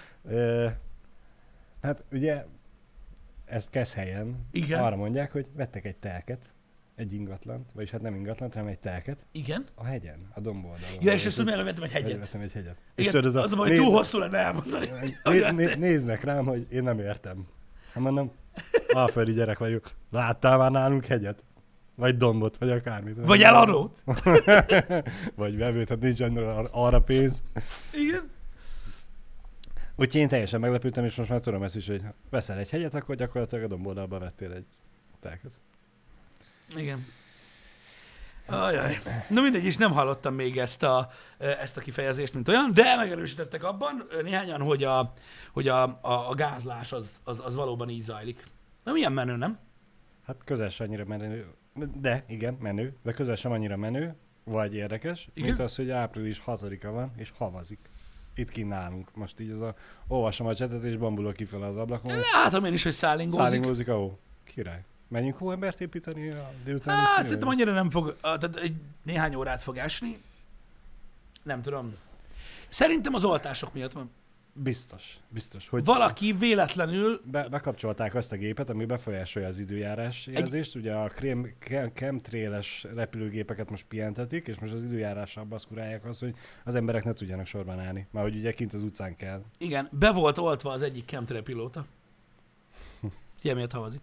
Hát ugye ezt Keszhelyen igen. arra mondják, hogy vettek egy telket, egy ingatlant, vagyis hát nem ingatlant, hanem egy telket. Igen. A hegyen, a domboldalon. Ja, és ezt tudom, hogy vettem egy hegyet. Vettem egy hegyet. És tudod, az, az a baj, hogy túl hosszú lenne elmondani. Né, né, néznek rám, hogy én nem értem. Hát mondom, alföldi gyerek vagyok. Láttál már nálunk hegyet? Vagy dombot, vagy akármit. Vagy eladót. Vagy vevőt, hát nincs annyira arra pénz. Igen. Úgyhogy én teljesen meglepődtem, és most már tudom ezt is, hogy veszel egy hegyet, akkor gyakorlatilag a domboldalba vettél egy telket. Igen. Ajaj. Na mindegy, és nem hallottam még ezt a, ezt a kifejezést, mint olyan, de megerősítettek abban néhányan, hogy a, hogy a, a, a gázlás az, az, az valóban így zajlik. Na milyen menő, nem? Hát közel sem annyira menő, de igen, menő, de közel sem annyira menő, vagy érdekes, Igen? mint az, hogy április hatodika van, és havazik. Itt kint nálunk. Most így az a, olvasom a csetet, és bambulok kifele az ablakon. Látom én is, hogy szállingózik. Szállingózik, ó, király. Menjünk hóembert építeni a délután? Hát szerintem annyira nem fog, tehát egy néhány órát fog esni. Nem tudom. Szerintem az oltások miatt van. Biztos, biztos. Hogy Valaki véletlenül, be, bekapcsolták azt a gépet, ami befolyásolja az időjárás jelzést. Ugye a krém, chemtrail-es repülőgépeket most pihentetik, és most az időjárással baszkurálják azt, hogy az emberek ne tudjanak sorban állni. Már hogy ugye kint az utcán kell. igen, be volt oltva az egyik chemtrail pilóta. Ilyen miatt havazik.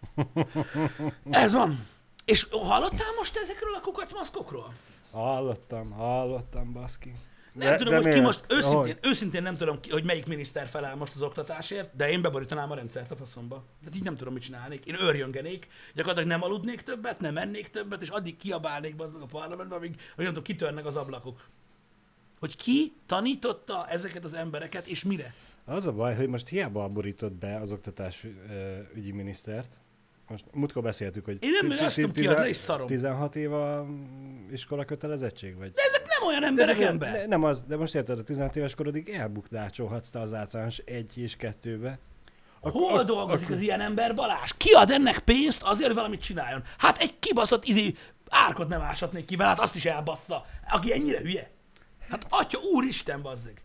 Ez van. És hallottál most ezekről a kukacmaszkokról? Hallottam, hallottam, baszki. Nem De- tudom, de hogy ki miért? most, őszintén, Ahogy? őszintén nem tudom, ki, hogy melyik miniszter felel most az oktatásért, de én beborítanám a rendszert a faszomba. Tehát így nem tudom, mit csinálnék. Én őrjöngenék, gyakorlatilag nem aludnék többet, nem ennék többet, és addig kiabálnék bazd meg a parlamentben, amíg, amíg nem tudom, kitörnek az ablakok. Hogy ki tanította ezeket az embereket, és mire? Az a baj, hogy most hiába borított be az oktatás ö, ügyi minisztert. Most múltkor beszéltük, hogy Én nem ti- azt ti- tudom ki, tizen- az le is szarom. tizenhat év a iskola kötelezettség? Vagy? De ezek nem olyan emberek, de, ember. de, nem az, de most érted, a tizenhat éves korodig elbukdácsolhatsz te az általános egy és kettőbe. Hol dolgozik az ilyen ember, Balázs? Ki ad ennek pénzt azért, hogy valamit csináljon? Hát egy kibaszott izé, árkot nem áshatnék ki vele, hát azt is elbassza. Aki ennyire hülye. Hát atya, úristen, bazzeg.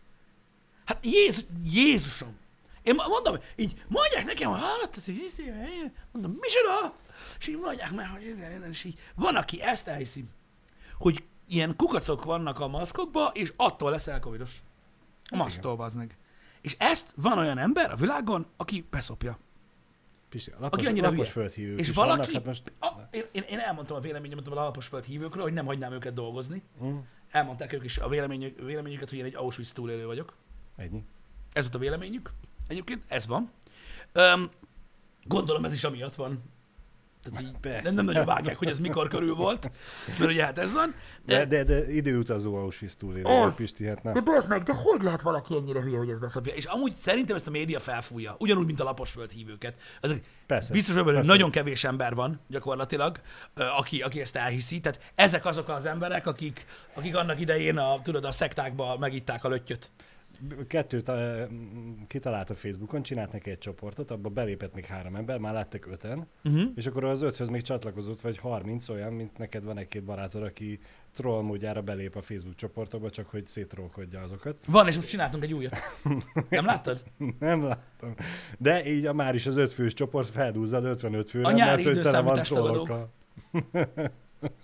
Hát Jézus, Jézusom. Én ma- mondom, így mondják nekem, hogy hallottad, hogy izé, mondom, micsoda? És így mondják már, hogy izé, és így van, aki ezt elhiszi, hogy ilyen kukacok vannak a maszkokba, és attól leszel covidos. A maszktól, bazdmeg. És ezt van olyan ember a világon, aki beszopja. Pisti, lapos, Aki annyira lapos hülye. földhívők És is valaki, vannak, hát most... a, én, én, én elmondtam a véleményemet a lapos földhívőkről, hogy nem hagynám őket dolgozni. Mm, Elmondták ők is a véleményük, véleményüket, hogy én egy Auschwitz túlélő vagyok. ennyi. Ez volt a véleményük. Egyébként ez van. Öm, gondolom ez is amiatt van. Tehát így Persze. nem, nem nagyon vágják, hogy ez mikor körül volt. Mert ugye hát ez van. De, de, de időutazó Auschwitz túlélő, Oh. oh. Pisti, hát nem. De bazd meg, de hogy lehet valaki ennyire hülye, hogy ezt beszopja? És amúgy szerintem ezt a média felfújja, ugyanúgy, mint a lapos földhívőket. Ezek Persze. biztos, hogy Persze. nagyon kevés ember van gyakorlatilag, ö, aki, aki ezt elhiszi. Tehát ezek azok az emberek, akik, akik annak idején a, tudod, a szektákba megitták a löttyöt. Kettőt uh, kitalált a Facebookon, csinált neki egy csoportot, abba belépett még három ember, már láttak öten, Uh-huh. és akkor az öthöz még csatlakozott, vagy harminc olyan, mint neked van egy-két barátod, aki troll módjára belép a Facebook csoportokba, csak hogy szétrollkodja azokat. Van, és most csináltunk egy újat. Nem láttad? Nem láttam. De így a már is az ötfős csoport feldúzzad ötvenöt főre, A nyári mert hogy tele van időszámítás tagadók. trollokkal.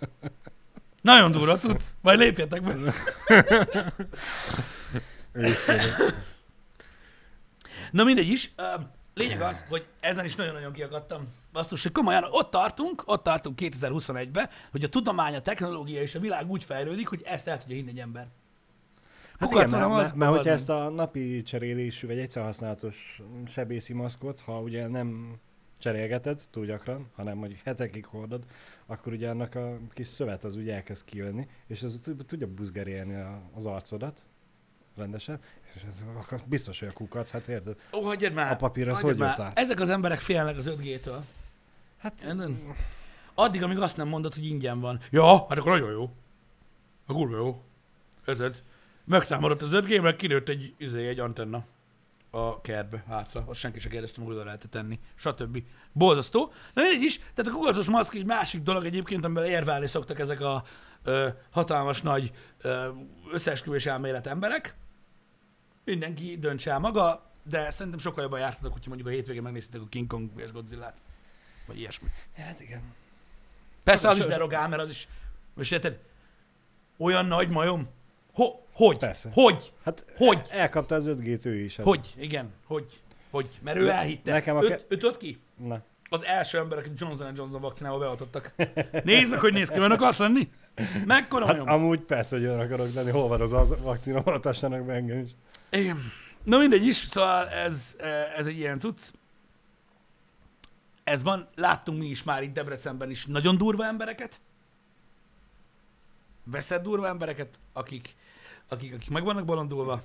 Nagyon durva cucc. Majd lépjetek be. Na mindegy is. Ö, Lényeg az, hogy ezen is nagyon-nagyon kiakadtam. Basszus, hogy komolyan ott tartunk, ott tartunk kétezer-huszonegyben, hogy a tudomány, a technológia és a világ úgy fejlődik, hogy ezt el tudja hinni egy ember. Hát Kukac igen, van mert, az, mert, mert az hogyha nem. ezt a napi cserélésű, vagy egyszerhasználatos sebészi maszkot, ha ugye nem cserélgeted túl gyakran, hanem mondjuk hetekig hordod, akkor ugye annak a kis szövet az ugye elkezd kijönni, és az tud- tudja buzgerélni a- az arcodat rendesen, és az- akkor biztos, hogy a kukac, hát érted? Ó, hagyjad már. A papír az hagyjad hogy már. jött át? Ezek az emberek félnek az öt G-től. Hát Érted? Addig, amíg azt nem mondod, hogy ingyen van. Ja, hát akkor nagyon jó. A kurva jó. Érted? Megtámadott az öt G, meg kinőtt egy, izé, egy antenna a kertbe, hátra. Azt senki se kérdezte, hogy oda lehet tenni. Stb. Borzasztó. De mindegy is, tehát a kukacos maszk egy másik dolog egyébként, amivel érvelni szoktak ezek a ö, hatalmas nagy ö, összeesküvés elmélet emberek. Mindenki döntse el maga, de szerintem sokkal jobban jártatok, hogyha mondjuk a hétvégén megnéztétek a King Kong vs. Godzilla-t. Vagy ilyesmi. hát igen. Persze az is Sos- derogál, mert az is... Most érted? Olyan nagy majom? Ho, hogy? Persze. Hogy? Hát Hogy? elkapta az öt G-t ő is. Hát. Hogy? Igen. Hogy? Hogy? Mert ő Ne- elhitte. nekem a Öt, ke- öt, öt ki? Na. Az első ember, akit Johnson and Johnson vakcinával beoltottak. Nézd meg, hogy néz ki, ön akarsz lenni? Mekkora Hát majom? amúgy persze, hogy olyan akarok lenni, hol van az a vakcina, oltassanak be engem is. Igen. Na mindegy is, szóval ez, ez egy ilyen cucc. Ez van, láttunk mi is már itt Debrecenben is nagyon durva embereket. Veszett durva embereket, akik, akik, akik meg vannak bolondulva.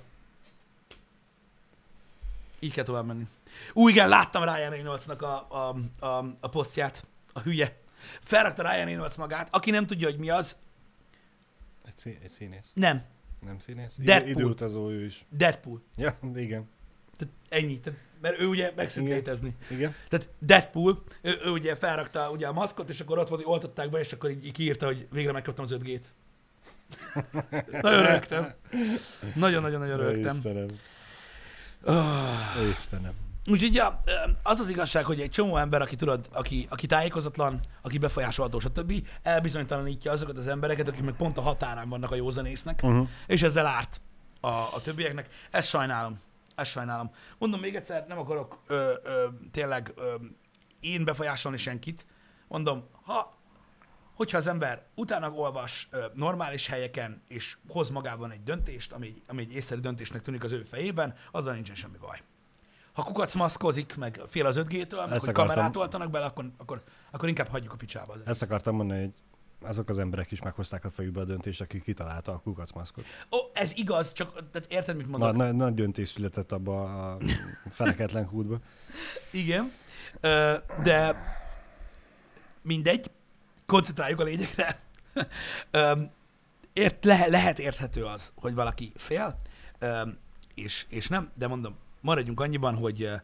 Így kell tovább menni. Ú, igen, láttam Ryan Reynoldsnak a, a, a, a posztját A hülye. Felrakta Ryan Reynolds magát, aki nem tudja, hogy mi az. Egy, szí- egy színész. Nem. Nem színész? Deadpool. Idő, időutazó ő is. Deadpool. Ja, igen. Tehát ennyi. Tehát, mert ő ugye meg szokott Igen. létezni. Igen. Tehát Deadpool, ő, ő ugye felrakta ugye a maszkot, és akkor ott volt, hogy oltották be, és akkor így, így kiírta, hogy végre megkaptam az öt gét. Nagyon rögtem. Nagyon-nagyon-nagyon Ó, rögtem. Istenem. Oh. Ó, Istenem. Úgyhogy ja, az az igazság, hogy egy csomó ember, aki tudod, aki, aki tájékozatlan, aki befolyásolható, stb. Elbizonytalanítja azokat az embereket, akik meg pont a határán vannak a józanésznek, Uh-huh. és ezzel árt a, a többieknek. Ezt sajnálom. Ezt sajnálom. Mondom még egyszer, nem akarok ö, ö, tényleg ö, én befolyásolni senkit. Mondom, ha, hogyha az ember utána olvas ö, normális helyeken, és hoz magában egy döntést, ami, ami egy észszerű döntésnek tűnik az ő fejében, azzal nincsen semmi baj. Ha kukac maszkozik, meg fél az öt gé-től, meg Ezt hogy akartam. kamerát oltanak bele, akkor, akkor, akkor inkább hagyjuk a picsába. Az Ezt akartam mondani, hogy azok az emberek is meghozták a fejükbe a döntést, akik kitalálta a kukacmaszkot. Ó, ez igaz, csak tehát érted, mit Na, mondok? na, nagy döntés született abba a feneketlen kútba. Igen, Ö, de mindegy, koncentráljuk a lényegre. Ö, Ért, le, lehet érthető az, hogy valaki fél, ö, és, és nem, de mondom, maradjunk annyiban, hogy ö,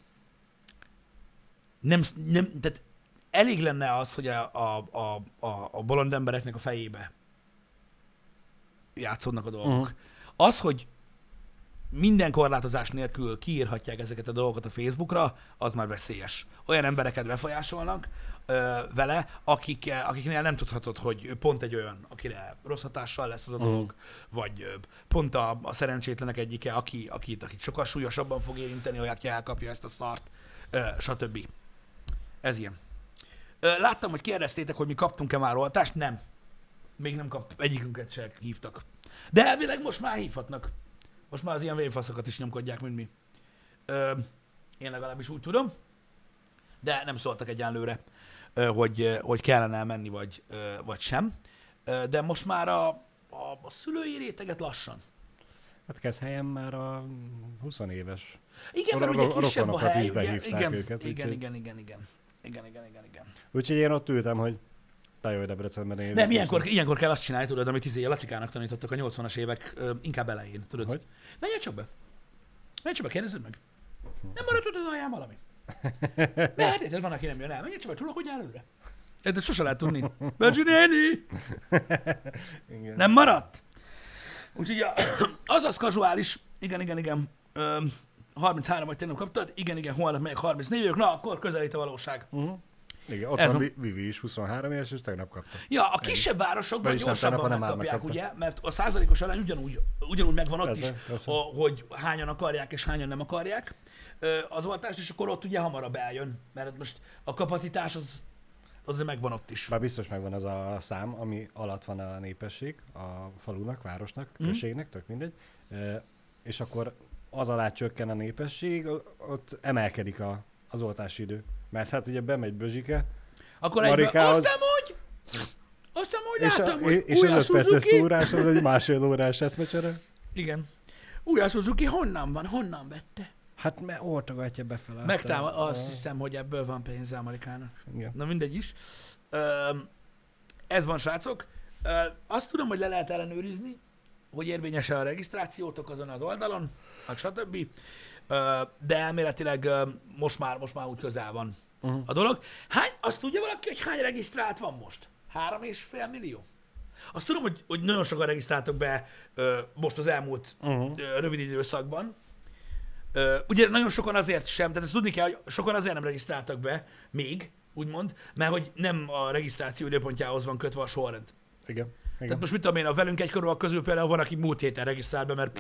nem, nem, tehát elég lenne az, hogy a, a, a, a, a bolond embereknek a fejébe játszódnak a dolgok. Uh-huh. Az, hogy minden korlátozás nélkül kiírhatják ezeket a dolgokat a Facebookra, az már veszélyes. Olyan embereket befolyásolnak ö, vele, akik, akiknél nem tudhatod, hogy ő pont egy olyan, akire rossz hatással lesz az a dolog, Uh-huh. vagy ö, pont a, a szerencsétlenek egyike, aki, akit, akit sokkal súlyosabban fog érinteni, hogy aki elkapja ezt a szart, ö, stb. Ez ilyen. Ö, láttam, hogy kérdeztétek, hogy mi kaptunk-e már oltást. Nem. Még nem kapt, egyikünket se hívtak. De elvileg most már hívhatnak. Most már az ilyen vénfaszokat is nyomkodják, mint mi. Ö, én legalábbis úgy tudom. De nem szóltak egyenlőre, ö, hogy, hogy kellene elmenni, vagy, ö, vagy sem. Ö, de most már a, a, a szülői réteget lassan. Hát kezd helyen már a húsz éves. Igen, A mert ro- ugye a kisebb a rokonokat hely. is Ugye? behívták Igen, őket, igen, úgyhogy- igen, igen, igen. Igen, igen, igen, igen. Úgyhogy én ott ültem, hogy te jó, Debrecenben én. Nem, ilyenkor, ilyenkor kell azt csinálni, tudod, amit izé Lacikának tanítottak a nyolcvanas évek ö, inkább elején, tudod. Hogy? Menj csak be. Menj csak be, kérdezzed meg. Nem maradott az alján valami. Mert érted, van, aki nem jön el. Menj csak be, tudod, hogy előre. Érted, sose lehet tudni. Becsi néni! Igen. Nem maradt? Úgyhogy a, az az kazuális, igen, igen, igen, ö, harminchárom, vagy tegnap kaptad, igen, igen, holnap megyek harmincnégy vagyok, na, akkor közelít a valóság. Uh-huh. Igen, ott Ez van a- Vi- Vivi is huszonhárom éves, és tegnap kapta. Ja, a kisebb városokban Vagyis nem gyorsabban tegnap, hanem már megkapják, megkapta. ugye? Mert a százalékos arány ugyanúgy, ugyanúgy megvan ott Persze, is, persze. a, hogy hányan akarják és hányan nem akarják ö, az oltást, és akkor ott ugye hamarabb eljön, mert most a kapacitás az, az megvan ott is. Bár biztos megvan az a szám, ami alatt van a népesség, a falunak, városnak, Mhm. községnek, tök mindegy. E, és akkor az alá csökken a népesség, o- ott emelkedik a, az oltási idő. Mert hát ugye bemegy Bözsike, Akkor egyből, Marikához- azt amúgy, azt amúgy és, a, láttam, hogy és új az a öt perces Suzuki. szórás, az egy másfél órás eszmecsere. Igen. Új a Suzuki honnan van, honnan vette? Hát mert oltogatja befele. azt Megtámad, a- azt a- hiszem, hogy ebből van pénze Amerikának. Igen. Na mindegy is. Öm, ez van, srácok. Ö, azt tudom, hogy le lehet ellenőrizni, hogy érvényes-e a regisztrációtok azon az oldalon, meg stb. Ö, de elméletileg ö, most már, most már úgy közel van Uh-huh. a dolog. Hány, azt tudja valaki, hogy hány regisztrált van most? Három és fél millió? Azt tudom, hogy, hogy nagyon sokan regisztráltak be ö, most az elmúlt Uh-huh. ö, rövid időszakban. Ö, ugye nagyon sokan azért sem, tehát ezt tudni kell, hogy sokan azért nem regisztráltak be még, úgymond, mert hogy nem a regisztráció időpontjához van kötve a sorrend. Igen. Tehát Igen. most mit tudom én, a velünk egykorúak közül például van, aki múlt héten regisztrál be, mert pff,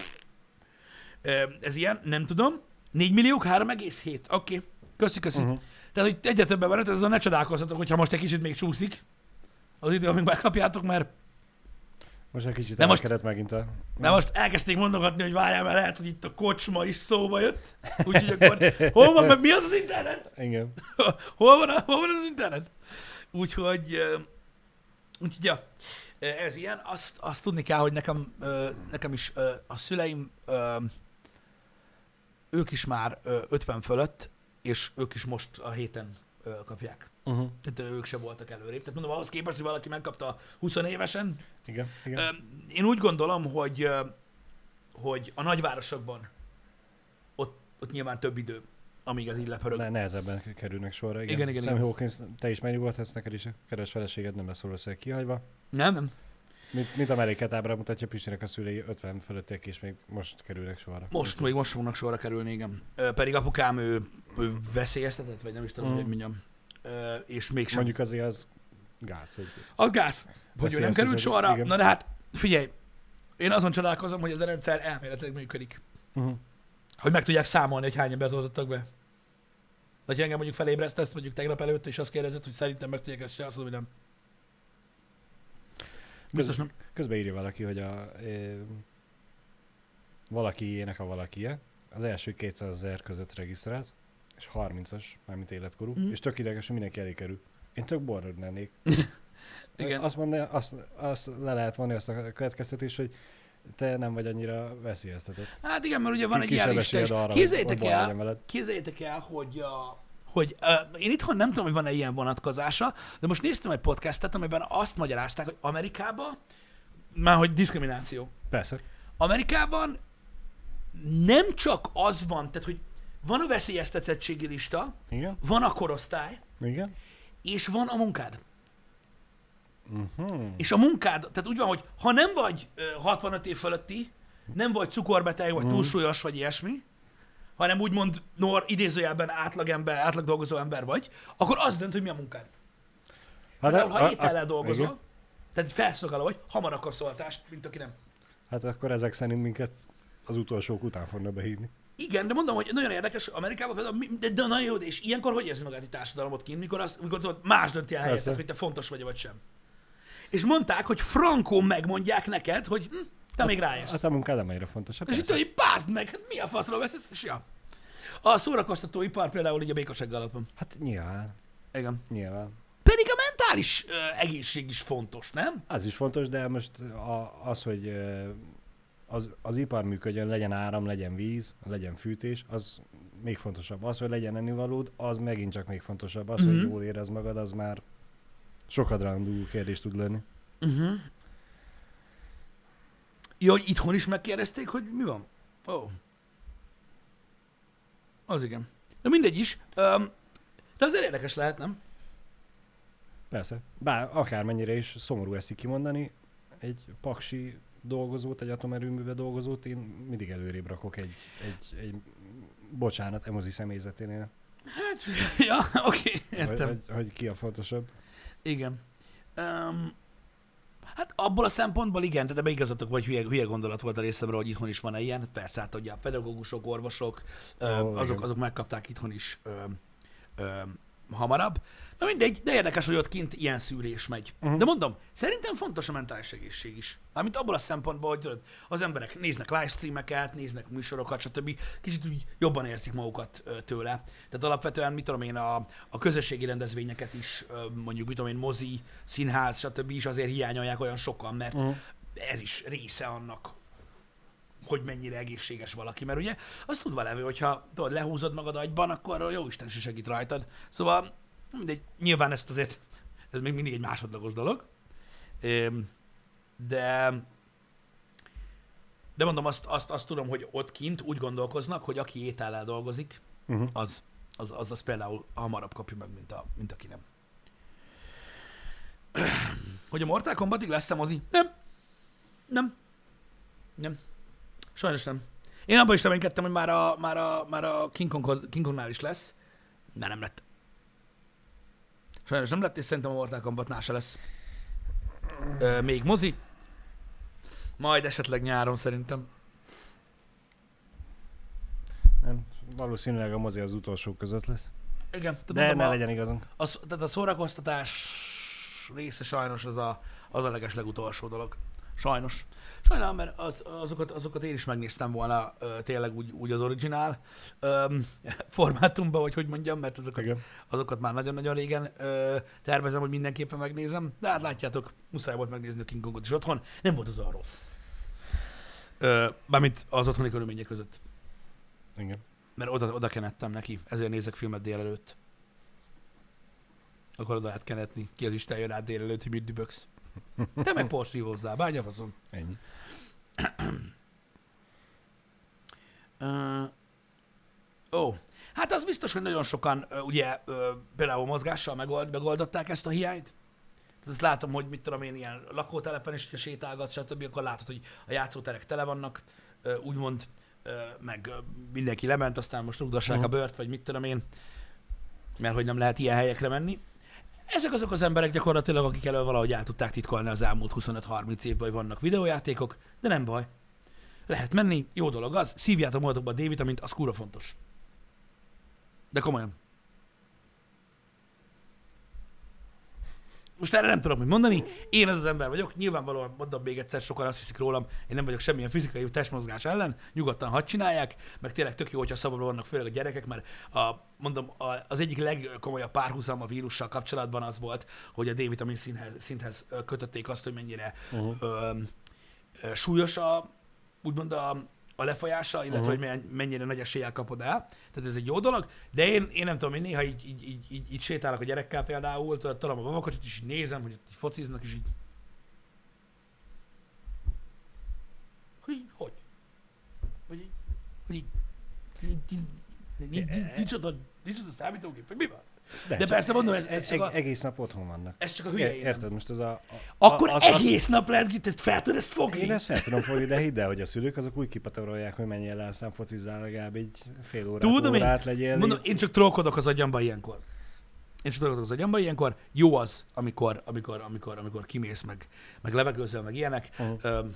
ö, ez ilyen, nem tudom. négy milliók, három egész hét. Oké, okay. Köszi, köszi. Uh-huh. Uh-huh. Tehát, hogy egyre többen van, tehát azon ne csodálkozzatok, hogyha most egy kicsit még csúszik az idő, amíg megkapjátok, mert Most egy kicsit De most- elkeredett megint a... mert most elkezdték mondogatni, hogy várjál, mert lehet, hogy itt a kocsma is szóba jött. Úgyhogy akkor hol van, meg mi az az internet? Igen. hol, van, a- hol van az internet? Úgyhogy, ö, úgyhogy ja, ö, ez ilyen. Azt, azt tudni kell, hogy nekem, ö, nekem is ö, a szüleim, ö, ők is már ö, ötven fölött, és ők is most a héten ö, kapják. Uh-huh. Tehát ők se voltak előrébb. Tehát mondom, ahhoz képest, hogy valaki megkapta húsz évesen. Igen, Ö, igen. én úgy gondolom, hogy, ö, hogy a nagyvárosokban ott, ott nyilván több idő, amíg ez így lepörög. Ne, nehezebben kerülnek sorra, igen. Igen, igen, Sam igen. Hawkins, te is megnyugodhatsz, neked is a keres feleséged nem lesz valószínűleg kihagyva. Nem, nem. Mint, mint a melléketábra mutatja, Pistinek a szülei ötven fölöttiek, és még most kerülnek sorra. Most, még most fognak sorra kerülni, igen. Ö, pedig apukám, ő, ő veszélyeztetett, vagy nem is tudom, Mm. hogy mondjam. Ö, és mégsem. Mondjuk azért az gáz, hogy... Az gáz, hogy ő nem Veszélyeztetett, került sorra. igen. Na de hát, figyelj, én azon csodálkozom, hogy ez a rendszer elméletileg működik. Uh-huh. Hogy meg tudják számolni, hogy hány embert oltottak be. Vagy engem mondjuk felébresztesz, mondjuk tegnap előtt, és azt kérdezed, hogy szerintem meg tudják ezt csinálni, azt mondom, hogy nem. Biztos nem. Közben írja valaki, hogy a... E, valakiének a valakie az első kétszázezer között regisztrált, és harmincas, mármint életkorú, Mhm. mm. és tök ideges, hogy mindenki elé kerül. Én tök borrod lennék. Igen. Azt, mondja, azt, azt le lehet vonni azt a következtetést, hogy te nem vagy annyira veszélyeztetett. Hát igen, mert ugye van Ki- egy ilyen lista is. arra, Képzeljétek hogy baj legyen el, veled. képzeljétek el, hogy, a, hogy uh, én itthon nem tudom, hogy van-e ilyen vonatkozása, de most néztem egy podcastet, amiben azt magyarázták, hogy Amerikában, már hogy diszkrimináció. Persze. Amerikában nem csak az van, tehát hogy van a veszélyeztetettségi lista, Igen? van a korosztály, Igen? és van a munkád. Uh-huh. És a munkád, tehát úgy van, hogy ha nem vagy ö, hatvanöt év fölötti, nem vagy cukorbeteg, vagy Mhm. túlsúlyos, vagy ilyesmi, hanem úgymond nor, idézőjelben átlagember, átlag dolgozó ember vagy, akkor az dönt, hogy mi a munkád. Hát, Például, ha a- a- étellel a- dolgozol, igen. tehát felszolgáló vagy, hamar akarsz oltást, mint aki nem. Hát akkor ezek szerint minket az utolsók után fognak behívni. Igen, de mondom, hogy nagyon érdekes, hogy Amerikában például, mi- de, de nagyon jó, és ilyenkor hogy érzi magát egy társadalomot kint, mikor, azt, mikor tudod, más dönti el helyetted, Persze. hogy te fontos vagy vagy sem. És mondták, hogy frankón megmondják neked, hogy hm, te még ráérsz. Hát a munkád nem annyira fontos. Hát És itt, persze. hogy bázd meg, hát mi a faszról veszesz, és ja. A szórakoztatóipar például így a békosság alatt van. Hát nyilván, Igen. nyilván. Pedig a mentális ö, egészség is fontos, nem? Az is fontos, de most a, az, hogy ö, az, az ipar működjön, legyen áram, legyen víz, legyen fűtés, az még fontosabb. Az, hogy legyen ennivalód, az megint csak még fontosabb. Az, Mhm. hogy jól érez magad, az már sokadrandú kérdés tud lenni. Uh-huh. Jó, hogy itthon is megkérdezték, hogy mi van? Ó. Oh. Az igen. De mindegy is. Um, de azért érdekes lehet, nem? Persze. Bár akármennyire is szomorú ezt így kimondani, egy paksi dolgozót, egy atomerőműve dolgozót én mindig előrébb rakok egy, egy, egy bocsánat, emozi személyzeténél. Hát, ja, oké, okay, Hogy, értem. hogy, hogy ki a fontosabb. Igen. Um, hát abból a szempontból igen, tehát ebbe igazatok vagy, hülye, hülye gondolat volt a részemről, hogy itthon is van ilyen. Hát persze, hát ugye a pedagógusok, orvosok, ö, Ó, azok, igen. azok megkapták itthon is ö, ö, hamarabb. Na mindegy, de érdekes, hogy ott kint ilyen szűrés megy. Mhm. De mondom, szerintem fontos a mentális egészség is. Mármint abból a szempontból, hogy tudod, az emberek néznek livestreameket, néznek műsorokat, stb. Kicsit úgy jobban érzik magukat ö, tőle. Tehát alapvetően, mit tudom én, a, a közösségi rendezvényeket is, ö, mondjuk, mit tudom én, mozi, színház, stb. Is azért hiányolják olyan sokan, mert Uh-huh. ez is része annak, hogy mennyire egészséges valaki. Mert ugye azt tudva levő, hogyha tudod, lehúzod magad agyban, akkor jó Isten se segít rajtad. Szóval mindegy, nyilván ezt azért, ez még mindig egy másodlagos dolog. Öm, De de mondom, azt, azt, azt tudom, hogy ott kint úgy gondolkoznak, hogy aki étellel dolgozik, Uh-huh. az, az, az, az például hamarabb kapja meg, mint, a, mint aki nem. Hogy a Mortal Kombatig lesz-e mozi? Nem. Nem. Nem. Sajnos nem. Én abban is reménykedtem, hogy már a, már a, már a King, Konghoz, King Kongnál is lesz, de nem lett. Sajnos nem lett, és szerintem a Mortal Kombatnál se lesz. Ö, még mozi. Majd esetleg nyáron szerintem. Nem, valószínűleg a mozi az utolsók között lesz. Igen. tehát De mondom, ne a, legyen igazunk. a, sz- tehát a szórakoztatás része sajnos az a, az a leges legutolsó dolog. Sajnos. Sajnálom, mert az, azokat, azokat én is megnéztem volna ö, tényleg úgy, úgy az originál ö, formátumban, vagy hogy mondjam, mert azokat, Igen. azokat már nagyon-nagyon régen ö, tervezem, hogy mindenképpen megnézem. De hát látjátok, muszáj volt megnézni a King Kongot is otthon. Nem volt az olyan rossz. Ö, Bármint az otthoni körülmények között. Igen. Mert oda, oda kenettem neki, ezért nézek filmet délelőtt. akkor oda lehet kenetni. Ki az Isten jön át délelőtt, hogy mit dübögsz. Te meg porszívózzál, bányafaszom. Ennyi. Uh, ó, hát az biztos, hogy nagyon sokan uh, ugye uh, például mozgással megold, megoldották ezt a hiányt. Azt látom, hogy mit tudom én, ilyen lakótelepen is, hogyha sétálgatsz, stb., akkor látod, hogy a játszóterek tele vannak, uh, úgymond, uh, meg uh, mindenki lement, aztán most rúgdassák uh-huh. a bört, vagy mit tudom én, mert hogy nem lehet ilyen helyekre menni. Ezek azok az emberek gyakorlatilag, akik elől valahogy el tudták titkolni az elmúlt huszonöt-harminc évben, hogy vannak videójátékok, de nem baj. Lehet menni, jó dolog az, szívjátok magatokba a D-vitamint, az kurva fontos. De komolyan. Most erre nem tudom, mit mondani. Én az az ember vagyok, nyilvánvalóan mondom még egyszer, sokan azt hiszik rólam, én nem vagyok semmilyen fizikai testmozgás ellen, nyugodtan hadd csinálják, meg tényleg tök jó, hogyha szabadon vannak, főleg a gyerekek, mert a, mondom, a, az egyik legkomolyabb párhuzam a vírussal kapcsolatban az volt, hogy a D-vitamin szinthez, szinthez kötötték azt, hogy mennyire uh-huh. ö, ö, súlyos a, úgymond a, a lefolyása, illetve uh-huh. hogy mennyire nagy eséllyel kapod el. Tehát ez egy jó dolog, de én, én nem tudom, én néha így, így, így, így, így sétálok a gyerekkel például, talán a babakocsit, és így nézem, hogy így fociznak, és így... Hogy? Hogy? Vagy így... Hogy így... Nincs oda, nincs oda számítógép, vagy mi van? De, de persze mondom, ez, ez csak a... Egész nap otthon vannak. Ez csak a hülye énem. Érted, most az a... a Akkor az, egész az, nap lehet, hogy fel tudod ezt fogni? Én ezt fel tudom fogni, de hidd el, hogy a szülők azok úgy kipatarolják, hogy menjél el, aztán focizzál legalább egy fél órát, Tudom, órát én, legyél. Mondom, én csak trollkodok az agyamba ilyenkor. Én csak trollkodok az agyamba ilyenkor. Jó az, amikor, amikor, amikor, amikor kimész, meg, meg levegőzöl, meg ilyenek. Uh-huh. Öm,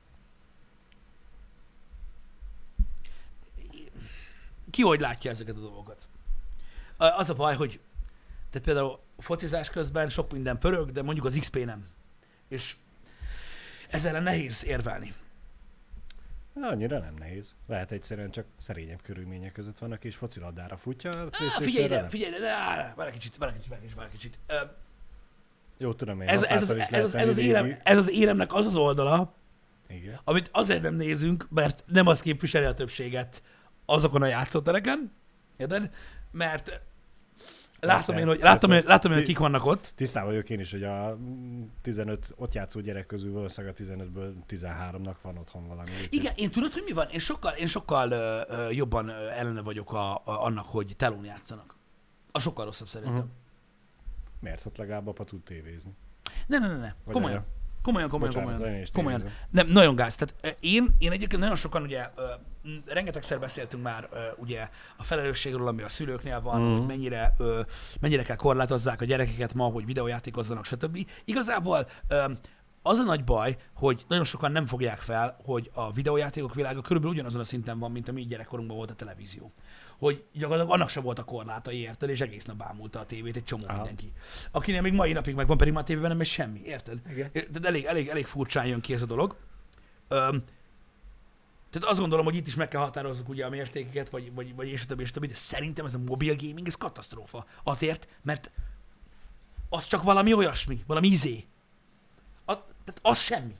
ki hogy látja ezeket a dolgokat? Az a baj, hogy tehát például a focizás közben sok minden pörög, de mondjuk az iksz pé nem. És ezzel nehéz érvelni. Annyira nem nehéz. Lehet egyszerűen csak szerényebb körülmények között vannak, és focilabdára futja. Á, figyelj ide, figyelj ide, várj egy kicsit, várj egy kicsit, várj egy kicsit, várj egy kicsit. Uh, Jó, tudom én. Ez, ez, az, ez, az, ez, az érem, ez az éremnek az az oldala, igen. Amit azért nem nézünk, mert nem az képviseli a többséget azokon a játszótereken, érted? Mert Látom én, hogy, látom, én, látom én, hogy kik vannak ott. Tisztában vagyok én is, hogy a tizenöt ott játszó gyerek közül valószínűleg a tizenötből tizenháromnak van otthon valami. Igen, én tudod, hogy mi van? Én sokkal, én sokkal ö, ö, jobban ellene vagyok a, a, annak, hogy telón játszanak. A sokkal rosszabb szerintem. Uh-huh. Miért? Ott legalább apa tud tévézni. Ne, ne, ne, ne. Komolyan. Komolyan, komolyan, Bocsánat, komolyan. komolyan. Nem, nagyon gáz. Tehát én, én egyébként nagyon sokan ugye, rengetegszer beszéltünk már ugye a felelősségről, ami a szülőknél van, mm. hogy mennyire, mennyire kell korlátozzák a gyerekeket ma, hogy videójátékozzanak, stb. Igazából az a nagy baj, hogy nagyon sokan nem fogják fel, hogy a videójátékok világa körülbelül ugyanazon a szinten van, mint a mi gyerekkorunkban volt a televízió. Hogy gyakorlatilag annak sem volt a korlátai, érted, és egész nap bámulta a tévét egy csomó Aha. mindenki. Akinél még mai napig megvan, pedig már a tévében nem megy semmi, érted? Igen. De elég, elég, elég furcsán jön ki ez a dolog. Öm, tehát azt gondolom, hogy itt is meg kell határozzuk ugye a mértékeket, vagy, vagy, vagy és a többi, és a többi, de szerintem ez a mobil gaming, ez katasztrófa. Azért, mert az csak valami olyasmi, valami izé. A, tehát az semmi.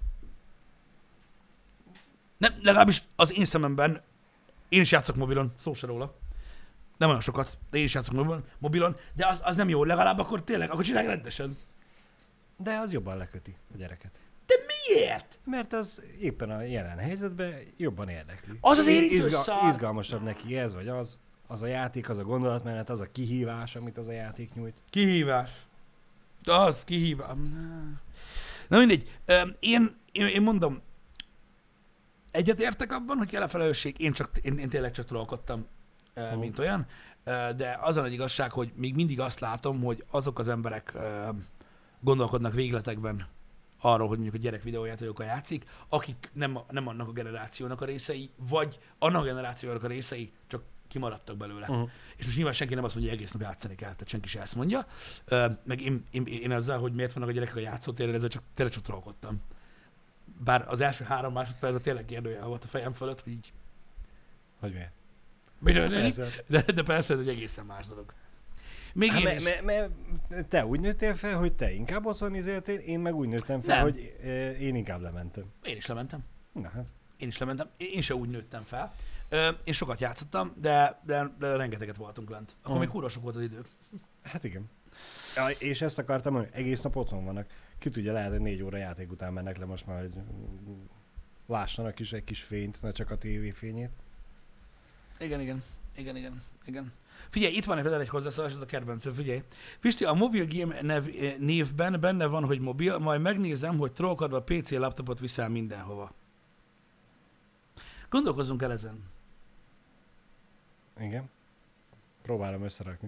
Nem, legalábbis az én szememben, én is játszok mobilon, szó se róla. Nem olyan sokat, de én is játszok mobilon, mobilon de az, az nem jó, legalább akkor tényleg, akkor csinálj rendesen. De az jobban leköti a gyereket. De miért? Mert az éppen a jelen helyzetben jobban érdekli. Az az érintő Izga, szar. Izgalmasabb neki ez vagy az, az a játék, az a gondolatmenet, az a kihívás, amit az a játék nyújt. Kihívás. Az, kihívás. Na mindegy, én, én, én mondom, egyetértek abban, hogy kell a felelősség, én, csak, én, én tényleg csak trollkodtam, uh, mint olyan, uh, de az a nagy igazság, hogy még mindig azt látom, hogy azok az emberek uh, gondolkodnak végletekben arról, hogy mondjuk a gyerek videójátékokkal játszik, akik nem, nem annak a generációnak a részei, vagy annak a generációnak a részei, csak kimaradtak belőle. Uh-huh. És most nyilván senki nem azt mondja, hogy egész nap játszani kell, tehát senki se ezt mondja. Uh, meg én, én, én azzal, hogy miért vannak a gyerekek a játszótéren, ezzel csak, tényleg csak trollkodtam. Bár az első három másodpercben tényleg kérdőjel volt a fejem fölött, hogy így... Hogy miért? Miért? De, de persze ez egy egészen más dolog. Még Há, én me, is. Me, me, te úgy nőttél fel, hogy te inkább otthon izéltél, én meg úgy nőttem fel, Nem. hogy eh, én inkább lementem. Én is lementem. Na hát. Én is lementem. Én se úgy nőttem fel. Ö, én sokat játszottam, de, de, de rengeteget voltunk lent. Akkor uh. még kurva sok volt az idő. Hát igen. Ja, és ezt akartam mondani, egész nap otthon vannak. Ki tudja, lehet, hogy négy óra játék után mennek le most már, hogy lássanak is egy kis fényt, ne csak a tévéfényét. Igen, igen, igen, igen, igen. Figyelj, itt van például egy hozzászólás, ez a kedvencem, figyelj. Pisti, a mobil game nev, névben benne van, hogy mobil, majd megnézem, hogy trollkodva pé cé laptopot viszel mindenhova. Gondolkozzunk el ezen. Igen. Próbálom összerakni.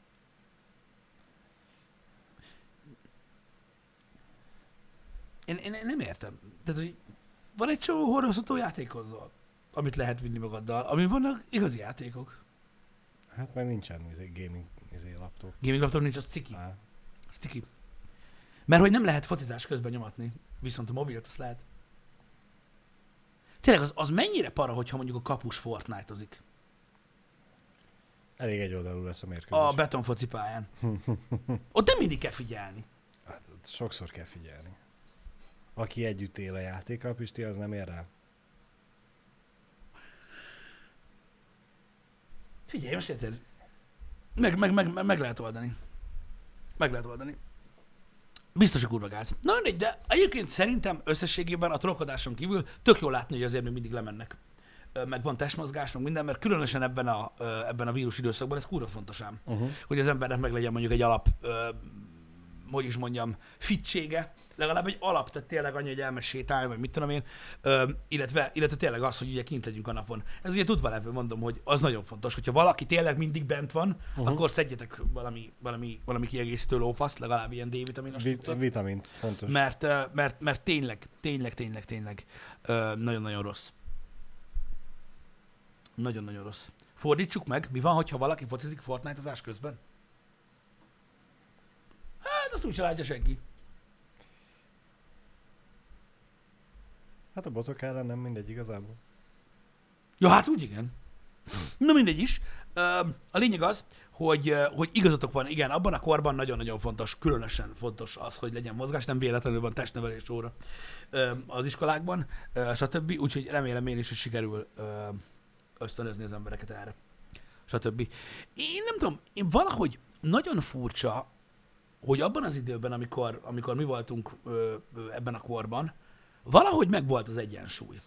Én, én, én nem értem. Tehát, hogy van egy csomó hordozható játékozol, amit lehet vinni magaddal, ami vannak igazi játékok. Hát meg nincsen izé, gaming izé, laptop. Gaming laptop nincs, az ciki. Á. Az ciki. Mert hogy nem lehet focizás közben nyomatni, viszont a mobilt azt lehet. Tényleg az, az mennyire para, hogyha mondjuk a kapus Fortnite-ozik Elég egy oldalú lesz a mérkőzés. a betonfoci pályán. Ott nem mindig kell figyelni. Hát ott sokszor kell figyelni. Aki együtt él a játékkal, Pisti, az nem ér rá. Figyelj, most érted? Meg, meg, meg, meg lehet oldani. Meg lehet oldani. Biztos a kurva gáz. Na mindegy, de egyébként szerintem összességében a trollkodáson kívül tök jól látni, hogy azért még mindig lemennek. Ö, Meg van testmozgás, meg minden, mert különösen ebben a, ö, ebben a vírus időszakban ez kurva fontos ám. Uh-huh. Hogy az embernek meg legyen mondjuk egy alap, ö, hogy is mondjam, fitsége, legalább egy alap, tehát tényleg annyi, hogy elmes sétálni, vagy mit tudom én, ö, illetve, illetve tényleg az, hogy ugye kint legyünk a napon. Ez ugye tudva levő, mondom, hogy az nagyon fontos, hogyha valaki tényleg mindig bent van, Uh-huh. akkor szedjetek valami, valami, valami kiegészítő lófaszt, legalább ilyen D-vitaminos Vit- cuccot. vitamint, fontos. Mert, ö, mert, mert tényleg, tényleg, tényleg, tényleg ö, nagyon-nagyon rossz. Nagyon-nagyon rossz. Fordítsuk meg, mi van, hogyha valaki focizik Fortnite-ozás közben? Hát azt úgy se látja senki. Hát a botok ellen nem mindegy igazából. Ja, hát úgy igen. Na mindegy is. Ö, A lényeg az, hogy, ö, hogy igazatok van, igen, abban a korban nagyon-nagyon fontos, különösen fontos az, hogy legyen mozgás, nem véletlenül van testnevelés óra ö, az iskolákban, ö, stb. Úgyhogy remélem én is, hogy sikerül ö, ösztönözni az embereket erre, stb. Én nem tudom, én valahogy nagyon furcsa, hogy abban az időben, amikor, amikor mi voltunk ö, ö, ebben a korban, valahogy megvolt az egyensúly.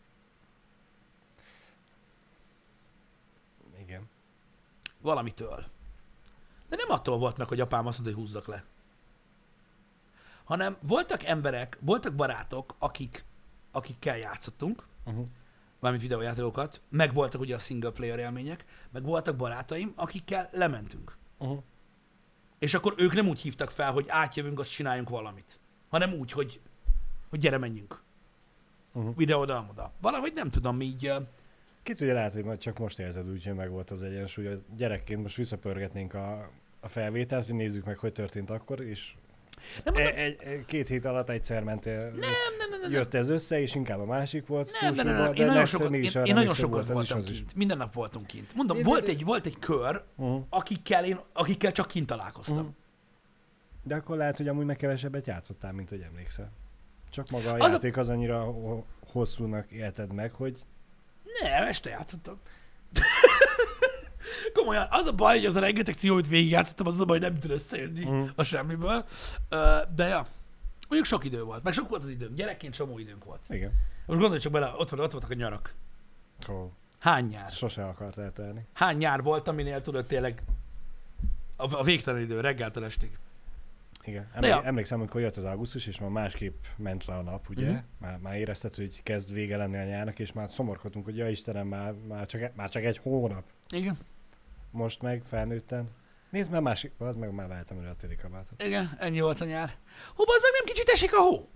Igen. Valamitől. De nem attól volt meg, hogy apám azt mondta, hogy húzzak le. Hanem voltak emberek, voltak barátok, akik, akikkel játszottunk, Uh-huh. mármint videójátékokat, meg voltak ugye a single player élmények, meg voltak barátaim, akikkel lementünk. Uh-huh. És akkor ők nem úgy hívtak fel, hogy átjövünk, azt csináljunk valamit. Hanem úgy, hogy, hogy gyere, menjünk. Uh-huh. Ide-oda-oda. Valahogy nem tudom, így... ö, Ki tudja, lehet, hogy majd csak most érzed úgy, hogy megvolt az egyensúly. A gyerekként most visszapörgetnénk a, a felvételt, hogy nézzük meg, hogy történt akkor, és Nem mondom, e, egy, egy, két hét alatt egyszer mentél. nem, nem, nem, nem, Jött ez össze, és inkább a másik volt. Nem, nem, nem, nem. túlsúlyban, Én de nagyon nektek sokat, mégis én, arra én nagyon emlékszem, sokat volt, ez voltam is az is. kint. Minden nap voltunk kint. Mondom, Én- volt egy, volt egy kör, Uh-huh. akikkel, én, akikkel csak kint találkoztam. Uh-huh. De akkor lehet, hogy amúgy meg kevesebbet játszottál, mint hogy emlékszel. Csak maga a Az a- játék az annyira ho- hosszúnak élted meg, hogy Nem, este játszottam. Komolyan, az a baj, hogy az a rengeteg ció, amit végigjátszottam, az az a baj, hogy nem tud összejönni Mhm. a semmiből. Ö, De ja, mondjuk sok idő volt, meg sok volt az időm. Gyerekként csomó időnk volt. igen. Most gondolj csak bele, ott, van, ott voltak a nyarak. Oh, Hány nyár? sose akart eltelni. Hány nyár volt, aminél tudod tényleg a, a végtelen idő, reggeltől estig. Igen. De ja. Emlé- emlékszem, amikor jött az augusztus, és már másképp ment le a nap, ugye? Mhm. Uh-huh. Már, már érezted, hogy kezd vége lenni a nyárnak, és már szomorkodtunk, hogy ja Istenem, már, már, csak, már csak egy hónap. Igen, Most meg felnőttem. Nézd már másik, az meg már váltam előre a téli kabátot. igen, ennyi volt a nyár. Hú, az meg nem kicsit esik a hó?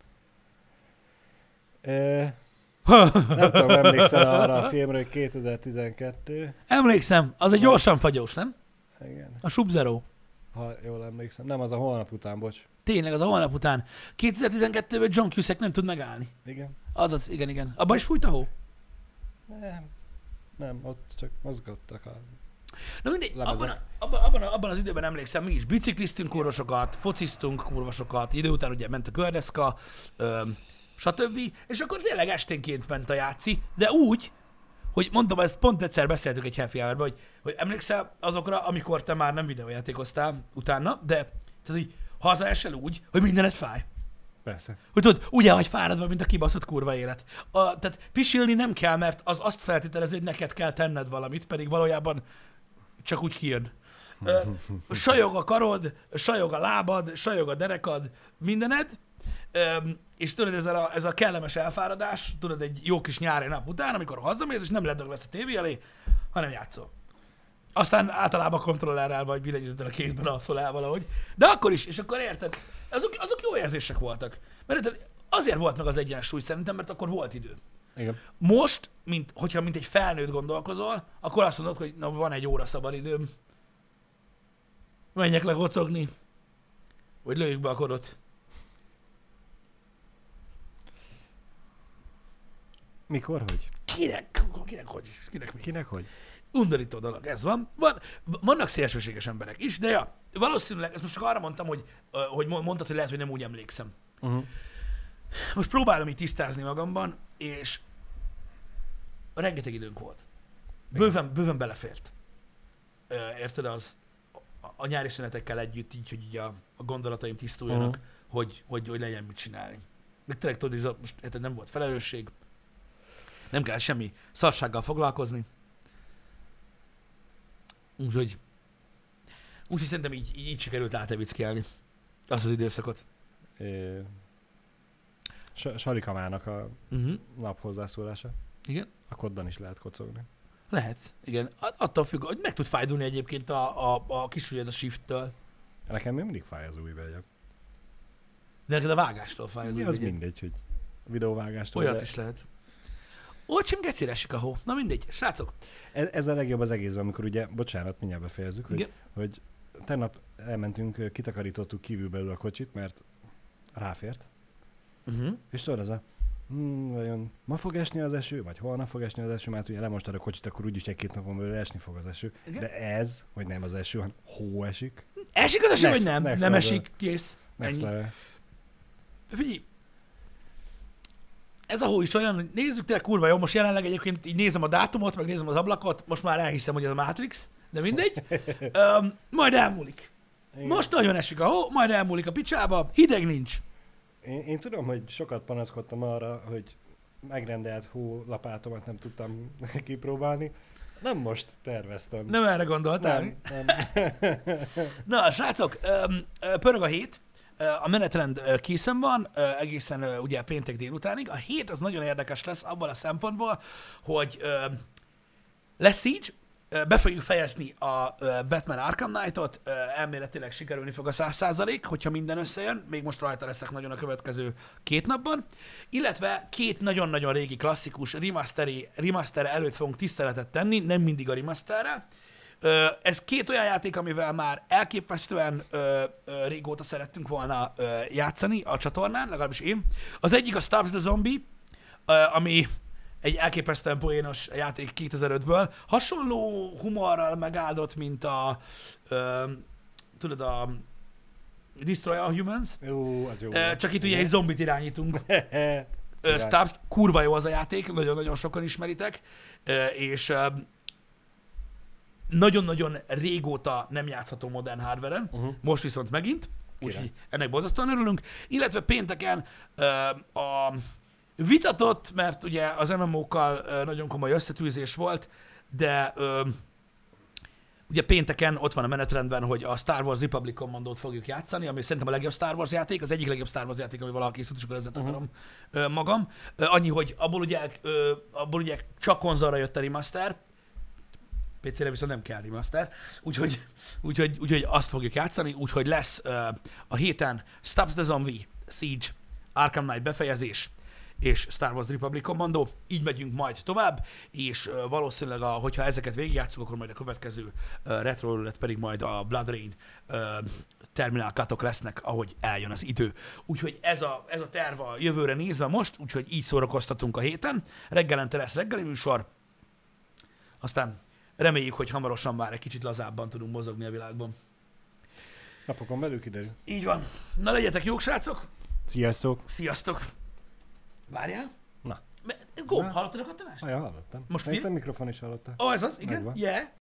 E, nem tudom, emlékszel arra a filmre, hogy kétezer-tizenkettő. Emlékszem, az egy gyorsan fagyós, nem? Igen. A Sub-Zero. Ha jól emlékszem. Nem, az a holnap után, bocs. Tényleg, az a holnap után. kétezer-tizenkettőben John Cusack nem tud megállni. Igen. Azaz, igen, igen. Abban is fújt a hó? Nem. Nem, ott csak mozgattak a... Na mindegy, Lemezek. abban, a, abban, abban, a, abban az időben emlékszem, mi is bicikliztünk kurvasokat, fociztunk kurvasokat, idő után ugye ment a gördeszka, öm, stb. És akkor tényleg esténként ment a játszi, de úgy, hogy mondom, ezt pont egyszer beszéltük egy happy hour-ban, hogy, hogy emlékszel azokra, amikor te már nem videójátékoztál utána, de tehát, hogy hazaesel úgy, hogy mindened fáj. Persze. Hogy tudod, úgy elhagy fáradva, mint a kibaszott kurva élet. A, tehát pisilni nem kell, mert az azt feltételezi, hogy neked kell tenned valamit, pedig valójában csak úgy kijön. Ö, sajog a karod, sajog a lábad, sajog a derekad, mindened, ö, és tudod, ez a, ez a kellemes elfáradás, tudod, egy jó kis nyári nap után, amikor hazamész, és nem ledög lesz a tévé elé, hanem játszol. Aztán általában kontrollerrel vagy billentyűzettel a kézben alszol el valahogy. De akkor is, és akkor érted, azok, azok jó érzések voltak. Mert érted, azért volt meg az egyensúly szerintem, mert akkor volt idő. Igen. Most, mint, hogyha mint egy felnőtt gondolkozol, akkor azt mondod, hogy na, van egy óra szabad időm. Menjek le kocogni, vagy lőjük be a kodot. Mikor, hogy? Kinek? Kinek hogy? Kinek mi? Kinek hogy? Undorító dolog, ez van. van. Vannak szélsőséges emberek is, de ja, valószínűleg, ezt most csak arra mondtam, hogy, hogy mondtad, hogy lehet, hogy nem úgy emlékszem. Uh-huh. Most próbálom így tisztázni magamban, és rengeteg időnk volt. Bőven, bőven belefért. Érted, az a nyári szünetekkel együtt, így, hogy így a, a gondolataim tisztuljanak, uh-huh. hogy, hogy, hogy legyen mit csinálni. Meg tényleg tudod, ez a, most érted, nem volt felelősség, nem kell semmi szarsággal foglalkozni. Úgyhogy, úgyhogy szerintem így, így, így sikerült átevickelni azt az időszakot. É, Sarikamának a uh-huh. nap hozzászólása. Igen. A kodban is lehet kocogni. Lehet, igen. Attól függ, hogy meg tud fájdulni egyébként a, a, a kisujjad a shift-től. Nekem még mindig fáj az ujjbegyek. De neked a vágástól fáj az ujjbegyek. Az mindegy, hogy videóvágástól. Olyat de... is lehet. Ott sem gecire esik a hó. Na mindegy, srácok. Ez, ez a legjobb az egészben, amikor ugye, bocsánat, mindjárt befejezzük, hogy, hogy tegnap elmentünk, kitakarítottuk kívül belül a kocsit, mert ráfért. Uh-huh. És tudod, az a hmm, vajon ma fog esni az eső, vagy holnap fog esni az eső, mert ugye lemostad a kocsit, akkor úgyis egy-két napon belül esni fog az eső. Igen? De ez, hogy nem az eső, hanem hó esik. Esik az eső, vagy nem? Nem level. Esik, kész. Next level. Figyelj, ez a hó is olyan, hogy nézzük tényleg kurva jó, most jelenleg egyébként így nézem a dátumot, meg nézem az ablakot, most már elhiszem, hogy ez a Matrix, de mindegy. um, majd elmúlik. Igen. Most nagyon esik a hó, majd elmúlik a picsába, hideg nincs. Én, én tudom, hogy sokat panaszkodtam arra, hogy megrendelt hólapátomat nem tudtam kipróbálni. Nem most terveztem. Nem erre gondoltál? Nem, nem. Na, srácok, pörög a hét. A menetrend készen van, egészen ugye péntek délutánig. A hét az nagyon érdekes lesz abban a szempontból, hogy lesz Siege, be fogjuk fejezni a Batman Arkham Knight-ot, elméletileg sikerülni fog a száz százalék, hogyha minden összejön, még most rajta leszek nagyon a következő két napban, illetve két nagyon-nagyon régi klasszikus remasteri, remaster előtt fogunk tiszteletet tenni, nem mindig a remasterrel. Ez két olyan játék, amivel már elképesztően ö, ö, régóta szerettünk volna ö, játszani a csatornán, legalábbis én. Az egyik a Stubbs the Zombie, ö, ami egy elképesztően poénos játék kétezer-ötből. Hasonló humorral megáldott, mint a, ö, tudod, a Destroy All Humans. Jó, az jó. Ö, csak itt ugye egy zombit irányítunk. ö, Stubbs, kurva jó az a játék, nagyon-nagyon sokan ismeritek, ö, és ö, nagyon-nagyon régóta nem játszható modern hardware-en, uh-huh. most viszont megint, úgyhogy ennek borzasztóan örülünk. Illetve pénteken uh, a vitatott, mert ugye az em em ó-kkal uh, nagyon komoly összetűzés volt, de uh, ugye pénteken ott van a menetrendben, hogy a Star Wars Republic Commandót fogjuk játszani, ami szerintem a legjobb Star Wars játék, az egyik legjobb Star Wars játék, ami valaha készült, és akkor ezzel akarom uh-huh. uh, magam. Uh, annyi, hogy abból ugye, uh, abból ugye csak konzolra jött a remaster, pé cére viszont nem kell remaster, úgyhogy, úgyhogy, úgyhogy azt fogjuk játszani, úgyhogy lesz uh, a héten Stubbs the Zombie, Siege, Arkham Knight befejezés és Star Wars Republic Commando, így megyünk majd tovább, és uh, valószínűleg, a, hogyha ezeket végigjátszunk, akkor majd a következő uh, retro roulette pedig majd a Blood Rain uh, terminál cutok lesznek, ahogy eljön az idő. Úgyhogy ez a, ez a terv a jövőre nézve most, úgyhogy így szórakoztatunk a héten. Reggelente lesz reggeli műsor, aztán reméljük, hogy hamarosan már egy kicsit lazábban tudunk mozogni a világban. Napokon belül kiderül. Így van. Na legyetek jók, srácok! Sziasztok! Sziasztok! Várjál? Na. Go, Na. hallottad a kattanást? Ah, ja, hallottam. Most Most fi- a mikrofon is hallotta. Ó, oh, ez az, igen? Megvan. Yeah.